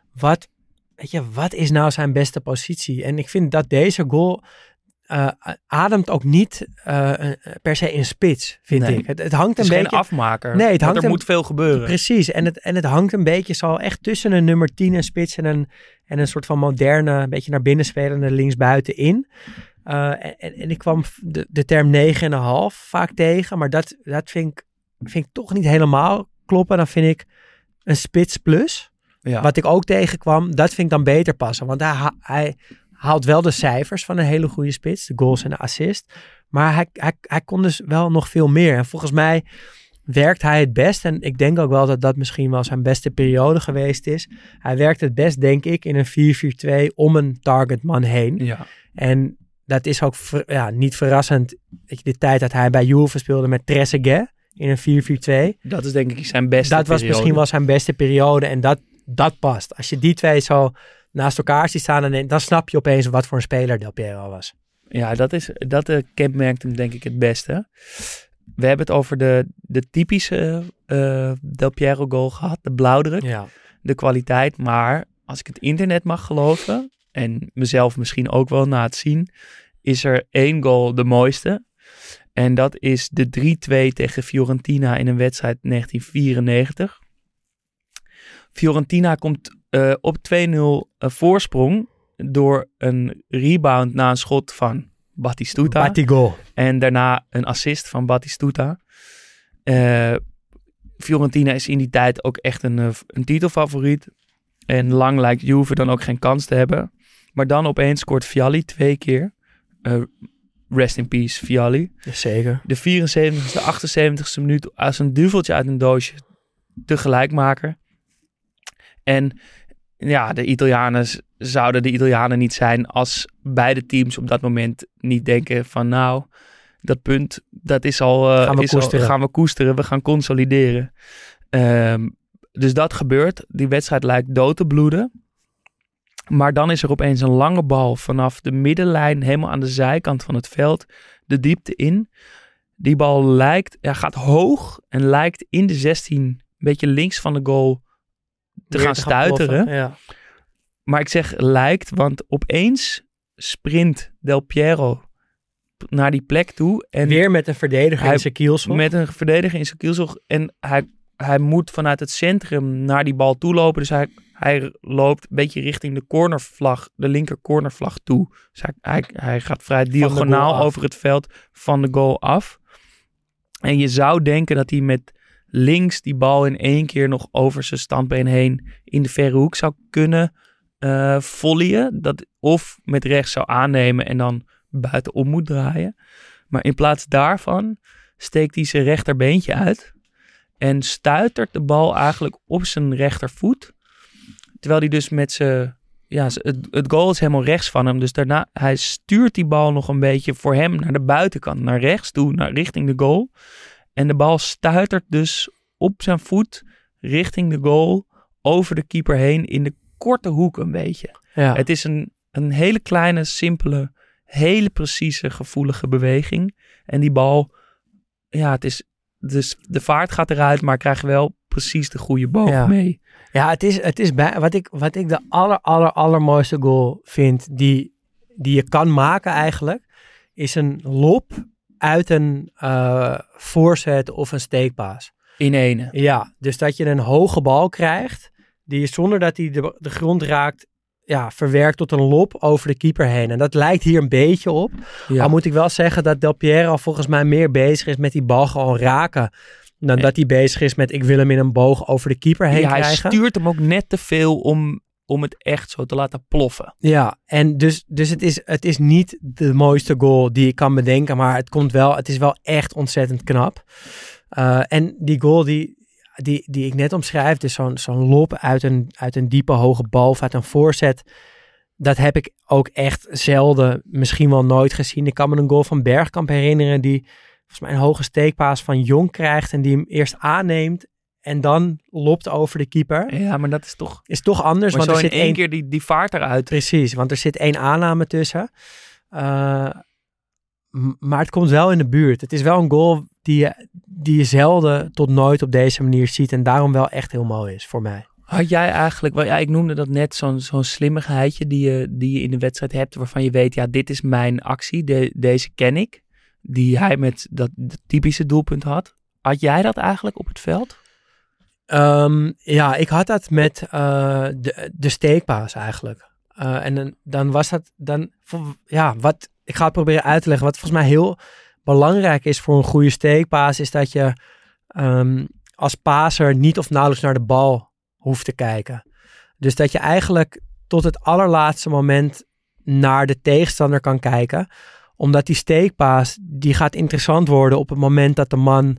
wat is nou zijn beste positie? En ik vind dat deze goal ademt ook niet per se in spits, vind ik. Het hangt het is een geen beetje afmaker. Nee, er moet veel gebeuren. Precies. En het hangt een beetje zo echt tussen een nummer 10 en spits en een soort van moderne, een beetje naar binnen spelende linksbuiten in. En ik kwam de term 9,5 vaak tegen, maar dat vind ik toch niet helemaal kloppen. Dan vind ik een spits plus. Ja. Wat ik ook tegenkwam, dat vind ik dan beter passen. Want hij haalt wel de cijfers van een hele goede spits. De goals en de assist. Maar hij kon dus wel nog veel meer. En volgens mij werkt hij het best. En ik denk ook wel dat dat misschien wel zijn beste periode geweest is. Hij werkt het best, denk ik, in een 4-4-2 om een targetman heen. Ja. En dat is ook niet verrassend. De tijd dat hij bij Juve speelde met Trezeguet in een 4-4-2. Dat is denk ik zijn beste periode. Dat was misschien wel zijn beste periode. En dat past. Als je die twee zo naast elkaar ziet staan, dan snap je opeens wat voor een speler Del Piero was. Ja, dat kenmerkt hem denk ik het beste. We hebben het over de typische Del Piero goal gehad. De blauwdruk, de kwaliteit. Maar als ik het internet mag geloven, en mezelf misschien ook wel na het zien, is er 1 goal de mooiste. En dat is de 3-2 tegen Fiorentina in een wedstrijd 1994. Fiorentina komt op 2-0 voorsprong door een rebound na een schot van Batistuta. Batigol. En daarna een assist van Batistuta. Fiorentina is in die tijd ook echt een titelfavoriet. En lang lijkt Juve dan ook geen kans te hebben. Maar dan opeens scoort Vialli 2 keer. Rest in peace, Vialli. Zeker. De 74ste, 78ste minuut als een duveltje uit een doosje tegelijkmaker. En ja, de Italianen zouden de Italianen niet zijn als beide teams op dat moment niet denken van nou, dat punt, dat is al, gaan we koesteren, we gaan consolideren. Dus dat gebeurt. Die wedstrijd lijkt dood te bloeden. Maar dan is er opeens een lange bal vanaf de middenlijn, helemaal aan de zijkant van het veld, de diepte in. Die bal gaat hoog en lijkt in de 16, een beetje links van de goal, te gaan stuiteren. Ja. Maar ik zeg lijkt, want opeens sprint Del Piero naar die plek toe. En weer met een verdediger in zijn kielzog. Met een verdediger in zijn kielzog. En hij moet vanuit het centrum naar die bal toe lopen. Dus hij hij loopt een beetje richting de cornervlag, de linker cornervlag toe. Dus hij gaat vrij diagonaal over het veld van de goal af. En je zou denken dat hij met links die bal in 1 keer nog over zijn standbeen heen in de verre hoek zou kunnen volleyen. Of met rechts zou aannemen en dan buitenom moet draaien. Maar in plaats daarvan steekt hij zijn rechterbeentje uit en stuitert de bal eigenlijk op zijn rechtervoet. Terwijl hij dus met zijn... Ja, het goal is helemaal rechts van hem. Dus daarna, hij stuurt die bal nog een beetje voor hem naar de buitenkant. Naar rechts toe, richting de goal. En de bal stuitert dus op zijn voet richting de goal. Over de keeper heen in de korte hoek een beetje. Ja. Het is een hele kleine, simpele, hele precieze, gevoelige beweging. En die bal, ja, het is... Dus de vaart gaat eruit, maar krijg wel precies de goede boog mee. Ja, het is wat ik de allermooiste goal vind die je kan maken eigenlijk, is een lob uit een voorzet of een steekpaas. In ene. Ja, dus dat je een hoge bal krijgt, die je zonder dat hij de grond raakt, verwerkt tot een lob over de keeper heen. En dat lijkt hier een beetje op. Ja. Al moet ik wel zeggen dat Del Piero volgens mij meer bezig is met die bal gewoon raken, dan dat hij bezig is met ik wil hem in een boog over de keeper heen krijgen. Hij stuurt hem ook net te veel om het echt zo te laten ploffen. Ja, en dus het is niet de mooiste goal die ik kan bedenken, maar het is wel echt ontzettend knap. En die goal die ik net omschrijf, dus zo'n lob uit een diepe hoge bal of uit een voorzet, dat heb ik ook echt zelden, misschien wel nooit gezien. Ik kan me een goal van Bergkamp herinneren die volgens mij een hoge steekpaas van Jong krijgt en die hem eerst aanneemt en dan lopt over de keeper. Ja, maar dat is toch anders. Maar want zo er zit in 1 keer die vaart eruit. Precies, want er zit 1 aanname tussen. Maar het komt wel in de buurt. Het is wel een goal die je zelden tot nooit op deze manier ziet en daarom wel echt heel mooi is voor mij. Had jij eigenlijk, ik noemde dat net zo'n slimmigheidje die je in de wedstrijd hebt, waarvan je weet, dit is mijn actie, deze ken ik, die hij met dat typische doelpunt had. Had jij dat eigenlijk op het veld? Ik had dat met de steekpaas eigenlijk. En dan was dat wat ik ga het proberen uit te leggen. Wat volgens mij heel belangrijk is voor een goede steekpaas, is dat je als paser niet of nauwelijks naar de bal hoeft te kijken. Dus dat je eigenlijk tot het allerlaatste moment naar de tegenstander kan kijken. Omdat die steekpaas, die gaat interessant worden op het moment dat de man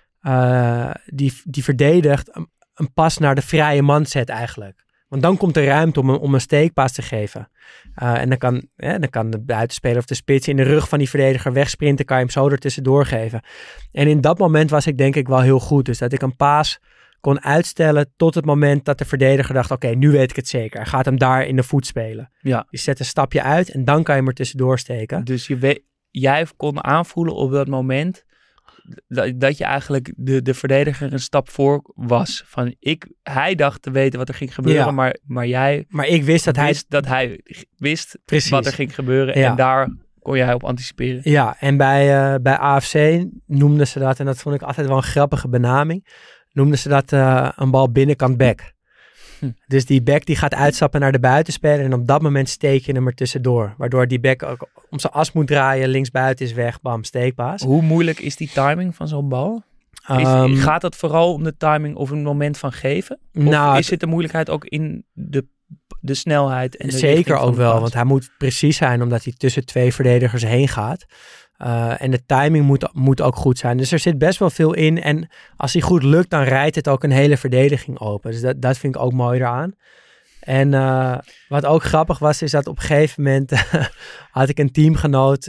die verdedigt een pas naar de vrije man zet eigenlijk. Want dan komt er ruimte om een steekpaas te geven. En dan kan de buitenspeler of de spits in de rug van die verdediger wegsprinten, kan je hem zo er tussendoor geven. En in dat moment was ik denk ik wel heel goed. Dus dat ik een paas kon uitstellen tot het moment dat de verdediger dacht, oké, nu weet ik het zeker. Hij gaat hem daar in de voet spelen. Ja. Je zet een stapje uit en dan kan je hem er tussendoor steken. Dus jij kon aanvoelen op dat moment dat je eigenlijk de verdediger een stap voor was. Hij dacht te weten wat er ging gebeuren, maar jij... Maar ik wist dat hij wist wat er ging gebeuren en daar kon jij op anticiperen. Ja, en bij AFC noemden ze dat, en dat vond ik altijd wel een grappige benaming, noemden ze dat een bal binnenkant back. Dus die back die gaat uitstappen naar de buitenspeler en op dat moment steek je hem er tussendoor. Waardoor die back ook om zijn as moet draaien, linksbuiten is weg, bam, steekpaas. Hoe moeilijk is die timing van zo'n bal? Gaat het vooral om de timing of een moment van geven? Of is het de moeilijkheid ook in de snelheid? En de zeker ook wel, want hij moet precies zijn omdat hij tussen 2 verdedigers heen gaat. En de timing moet ook goed zijn. Dus er zit best wel veel in. En als hij goed lukt, dan rijdt het ook een hele verdediging open. Dus dat vind ik ook mooi eraan. En wat ook grappig was, is dat op een gegeven moment had ik een teamgenoot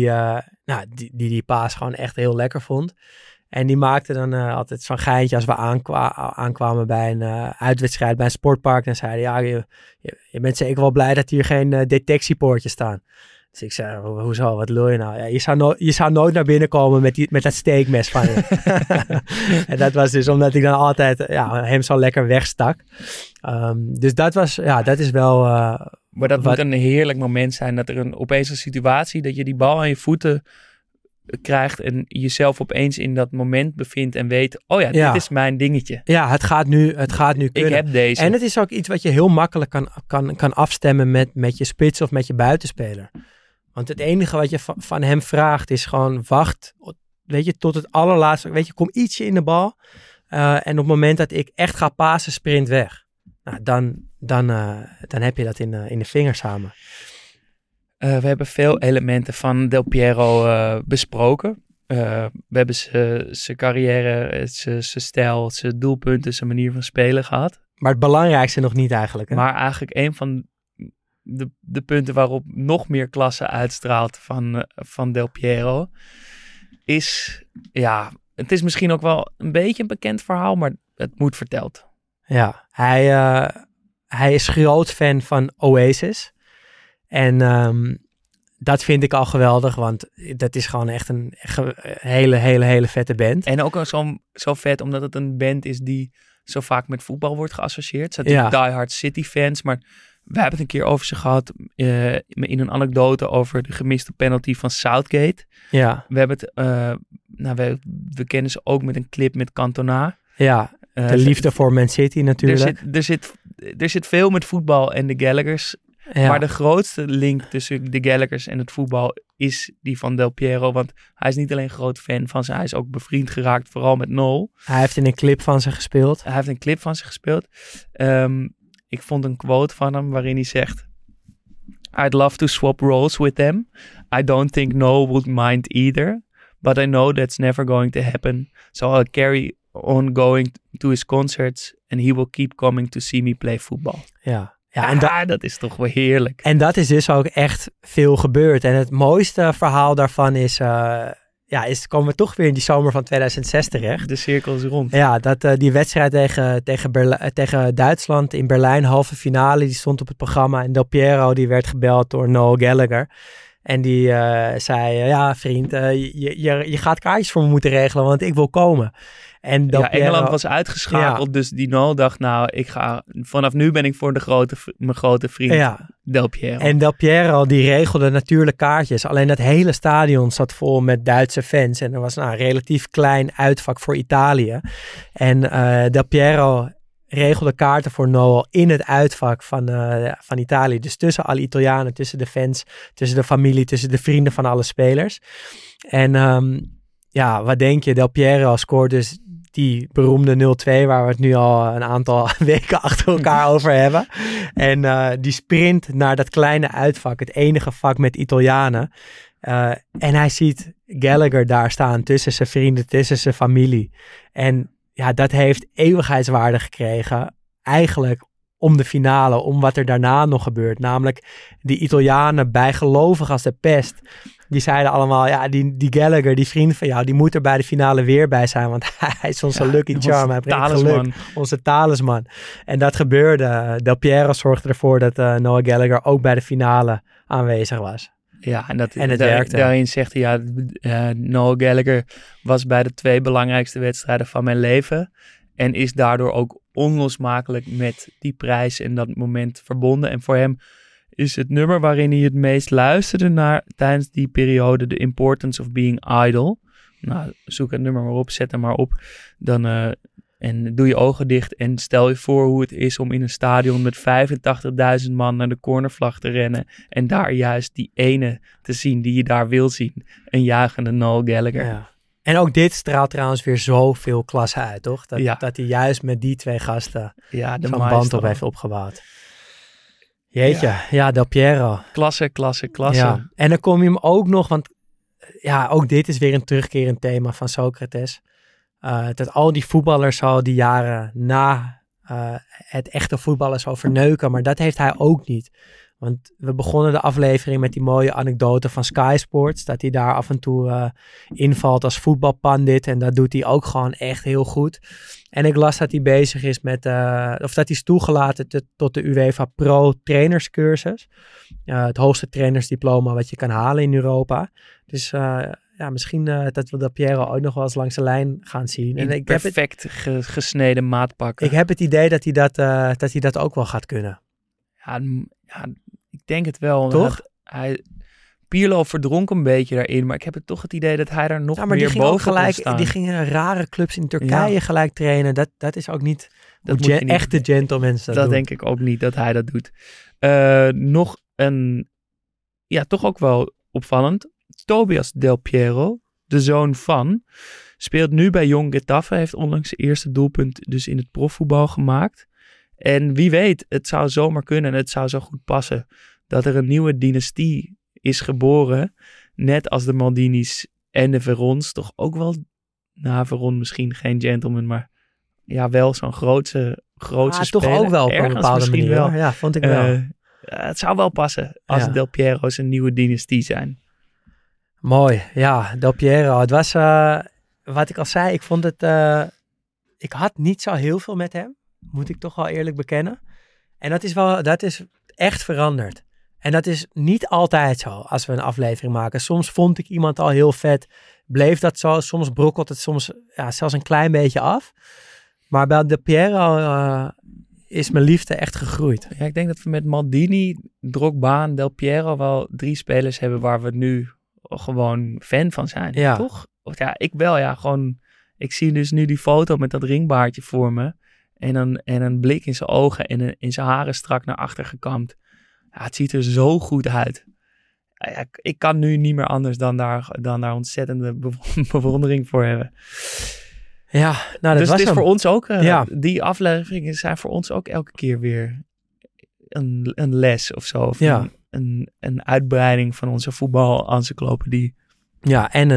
die paas gewoon echt heel lekker vond. En die maakte dan altijd zo'n geintje als we aankwamen bij een uitwedstrijd bij een sportpark. Dan zei hij, je bent zeker wel blij dat hier geen detectiepoortjes staan. Dus ik zei, hoezo, wat lul je nou? Ja, je zou nooit naar binnen komen met dat steekmes van je. En dat was dus omdat ik dan altijd hem zo lekker wegstak. Dus dat is wel... maar dat moet een heerlijk moment zijn, dat er opeens een situatie, dat je die bal aan je voeten krijgt en jezelf opeens in dat moment bevindt en weet, dit is mijn dingetje. Ja, het gaat nu kunnen. Ik heb deze. En het is ook iets wat je heel makkelijk kan afstemmen met je spits of met je buitenspeler. Want het enige wat je van hem vraagt is gewoon wacht, weet je, tot het allerlaatste. Weet je, kom ietsje in de bal. En op het moment dat ik echt ga pasen, sprint weg. Nou, dan heb je dat in de vingers samen. We hebben veel elementen van Del Piero besproken. We hebben zijn carrière, zijn stijl, zijn doelpunten, zijn manier van spelen gehad. Maar het belangrijkste nog niet eigenlijk. Hè? Maar eigenlijk een van de punten waarop nog meer klasse uitstraalt van Del Piero is, het is misschien ook wel een beetje een bekend verhaal, maar het moet verteld. Ja, hij is groot fan van Oasis. En dat vind ik al geweldig, want dat is gewoon echt een hele vette band. En ook zo vet, omdat het een band is die zo vaak met voetbal wordt geassocieerd. Het zijn natuurlijk diehard City fans, maar we hebben het een keer over ze gehad in een anekdote over de gemiste penalty van Southgate. Ja. We hebben het, we kennen ze ook met een clip met Cantona. Ja, de liefde voor Man City natuurlijk. Er zit veel met voetbal en de Gallaghers. Ja. Maar de grootste link tussen de Gallaghers en het voetbal is die van Del Piero. Want hij is niet alleen groot fan van ze, hij is ook bevriend geraakt, vooral met Noel. Hij heeft in een clip van ze gespeeld. Ik vond een quote van hem waarin hij zegt: I'd love to swap roles with them. I don't think Noel would mind either. But I know that's never going to happen. So I'll carry on going to his concerts and he will keep coming to see me play football. Ja. Ja, en dat is toch wel heerlijk. En dat is dus ook echt veel gebeurd. En het mooiste verhaal daarvan is komen we toch weer in die zomer van 2006 terecht. De cirkel is rond. Ja, die wedstrijd tegen Duitsland in Berlijn, halve finale, die stond op het programma. En Del Piero, die werd gebeld door Noel Gallagher. En die zei, vriend, je gaat kaartjes voor me moeten regelen, want ik wil komen. En Engeland was uitgeschakeld, dus die Noel dacht, vanaf nu ben ik voor mijn grote vriend Del Piero. En Del Piero, die regelde natuurlijk kaartjes. Alleen dat hele stadion zat vol met Duitse fans. En er was een relatief klein uitvak voor Italië. En Del Piero regelde kaarten voor Noel in het uitvak van Italië. Dus tussen alle Italianen, tussen de fans, tussen de familie, tussen de vrienden van alle spelers. En wat denk je? Del Piero scoort dus die beroemde 0-2, waar we het nu al een aantal weken achter elkaar over hebben. En die sprint naar dat kleine uitvak, het enige vak met Italianen. En hij ziet Gallagher daar staan tussen zijn vrienden, tussen zijn familie. En dat heeft eeuwigheidswaarde gekregen. Eigenlijk om de finale, om wat er daarna nog gebeurt. Namelijk die Italianen, bijgelovig als de pest. Die zeiden allemaal, die Gallagher, die vriend van jou, die moet er bij de finale weer bij zijn. Want hij is onze lucky charm. Hij brengt geluk. Onze talisman. En dat gebeurde. Del Piero zorgde ervoor dat Noel Gallagher ook bij de finale aanwezig was. Ja, en het werkte. Daarin zegt hij, Noel Gallagher was bij de 2 belangrijkste wedstrijden van mijn leven. En is daardoor ook onlosmakelijk met die prijs en dat moment verbonden. En voor hem is het nummer waarin hij het meest luisterde naar tijdens die periode The Importance of Being Idle. Nou, zoek het nummer maar op, zet hem maar op. Dan, en doe je ogen dicht en stel je voor hoe het is om in een stadion met 85.000 man naar de cornervlag te rennen. En daar juist die ene te zien die je daar wil zien. Een juichende Noel Gallagher. Ja. En ook dit straalt trouwens weer zoveel klasse uit, toch? Dat hij juist met die 2 gasten zo'n band op heeft opgebouwd. Jeetje, Del Piero. Klasse. Ja. En dan kom je hem ook nog, want ook dit is weer een terugkerend thema van Socrates. Dat al die voetballers al die jaren na het echte voetballen zo verneuken, maar dat heeft hij ook niet. Want we begonnen de aflevering met die mooie anekdote van Sky Sports. Dat hij daar af en toe invalt als voetbalpandit. En dat doet hij ook gewoon echt heel goed. En ik las dat hij bezig is met, of dat hij is toegelaten tot de UEFA Pro trainerscursus. Het hoogste trainersdiploma wat je kan halen in Europa. Dus misschien dat we dat Piero ook nog wel eens langs de lijn gaan zien. En perfect gesneden maatpakken. Ik heb het idee dat hij dat ook wel gaat kunnen. Ja, ik denk het wel. Toch? Pirlo verdronk een beetje daarin. Maar ik heb toch het idee dat hij daar nog maar meer boven kon staan. Die gingen rare clubs in Turkije gelijk trainen. Dat is ook niet echte gentlemen dat doen. Denk ik ook niet dat hij dat doet. Nog een, toch ook wel opvallend. Tobias Del Piero, de zoon van, speelt nu bij Jong Getafe. Heeft onlangs zijn eerste doelpunt dus in het profvoetbal gemaakt. En wie weet, het zou zomaar kunnen en het zou zo goed passen dat er een nieuwe dynastie is geboren. Net als de Maldini's en de Verons. Toch ook wel, Veron misschien geen gentleman, maar wel zo'n grootse speler. Toch ook wel op een bepaalde manier. Wel. Ja, vond ik wel. Het zou wel passen als Del Piero's een nieuwe dynastie zijn. Mooi, ja, Del Piero. Het was, wat ik al zei, ik vond het... ik had niet zo heel veel met hem, moet ik toch wel eerlijk bekennen. En dat is echt veranderd. En dat is niet altijd zo als we een aflevering maken. Soms vond ik iemand al heel vet, bleef dat zo. Soms brokkelt het zelfs een klein beetje af. Maar bij Del Piero is mijn liefde echt gegroeid. Ja, ik denk dat we met Maldini, Drogba en Del Piero wel 3 spelers hebben waar we nu gewoon fan van zijn. Ja. Toch? Ja, ik wel. Ja, gewoon. Ik zie dus nu die foto met dat ringbaardje voor me. En een blik in zijn ogen en in zijn haren strak naar achter gekamd. Ja, het ziet er zo goed uit. Ja, ik kan nu niet meer anders dan daar ontzettende bewondering voor hebben. Ja, nou, dat dus was het is voor ons ook, die afleveringen zijn voor ons ook elke keer weer een les of zo. Of een uitbreiding van onze voetbal-encyclopedie. Ja, en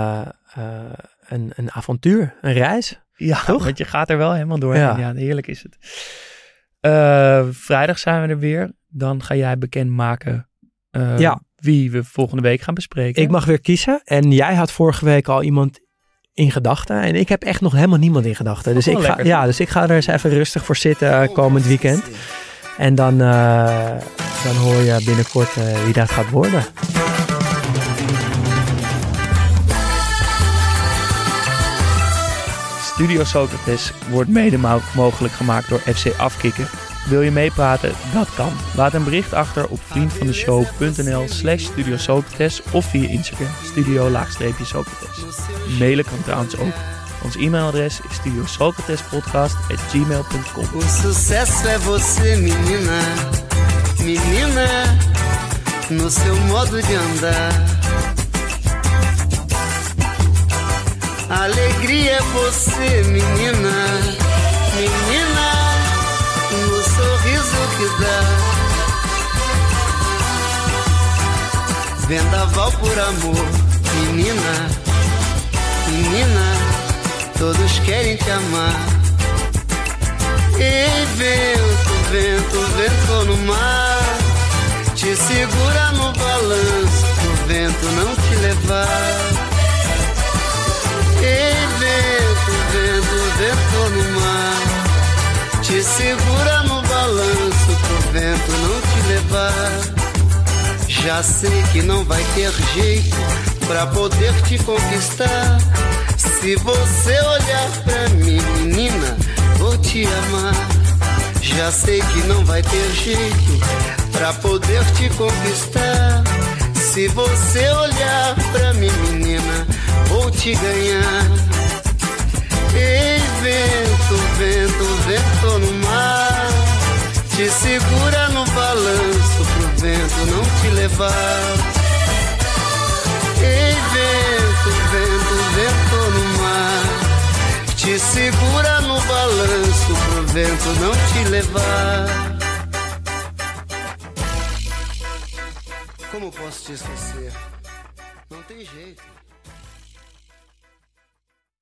een avontuur, een reis. Ja, toch? Want je gaat er wel helemaal doorheen. Ja, heerlijk is het. Vrijdag zijn we er weer. Dan ga jij bekendmaken wie we volgende week gaan bespreken. Ik mag weer kiezen. En jij had vorige week al iemand in gedachten. En ik heb echt nog helemaal niemand in gedachten. Dus ik ga er eens even rustig voor zitten komend weekend. En dan hoor je binnenkort wie dat gaat worden. Studio Socrates wordt mede mogelijk gemaakt door FC Afkikken. Wil je meepraten? Dat kan. Laat een bericht achter op vriendvandeshow.nl/Studio Socrates of via Instagram studio_Socrates. Mailen kan trouwens ook. Ons e-mailadres is studiosocratespodcast@gmail.com. O sucesso é você, menina, menina, no seu modo de andar. Alegria é você, menina, menina, no sorriso que dá. Vendaval por amor, menina, menina, todos querem te amar. Ei, vento, vento, vento no mar, te segura no balanço, pro vento não te levar. Ei, vento, vento, vento no mar, te segura no balanço, pro vento não te levar. Já sei que não vai ter jeito pra poder te conquistar. Se você olhar pra mim, menina, vou te amar. Já sei que não vai ter jeito pra poder te conquistar. Se você olhar pra mim, menina, vou te ganhar. Ei, vento, vento, vento no mar, te segura no balanço pro vento não te levar. Ei, vento, vento, vento no mar, te segura no balanço pro vento não te levar. Como posso te esquecer? Não tem jeito.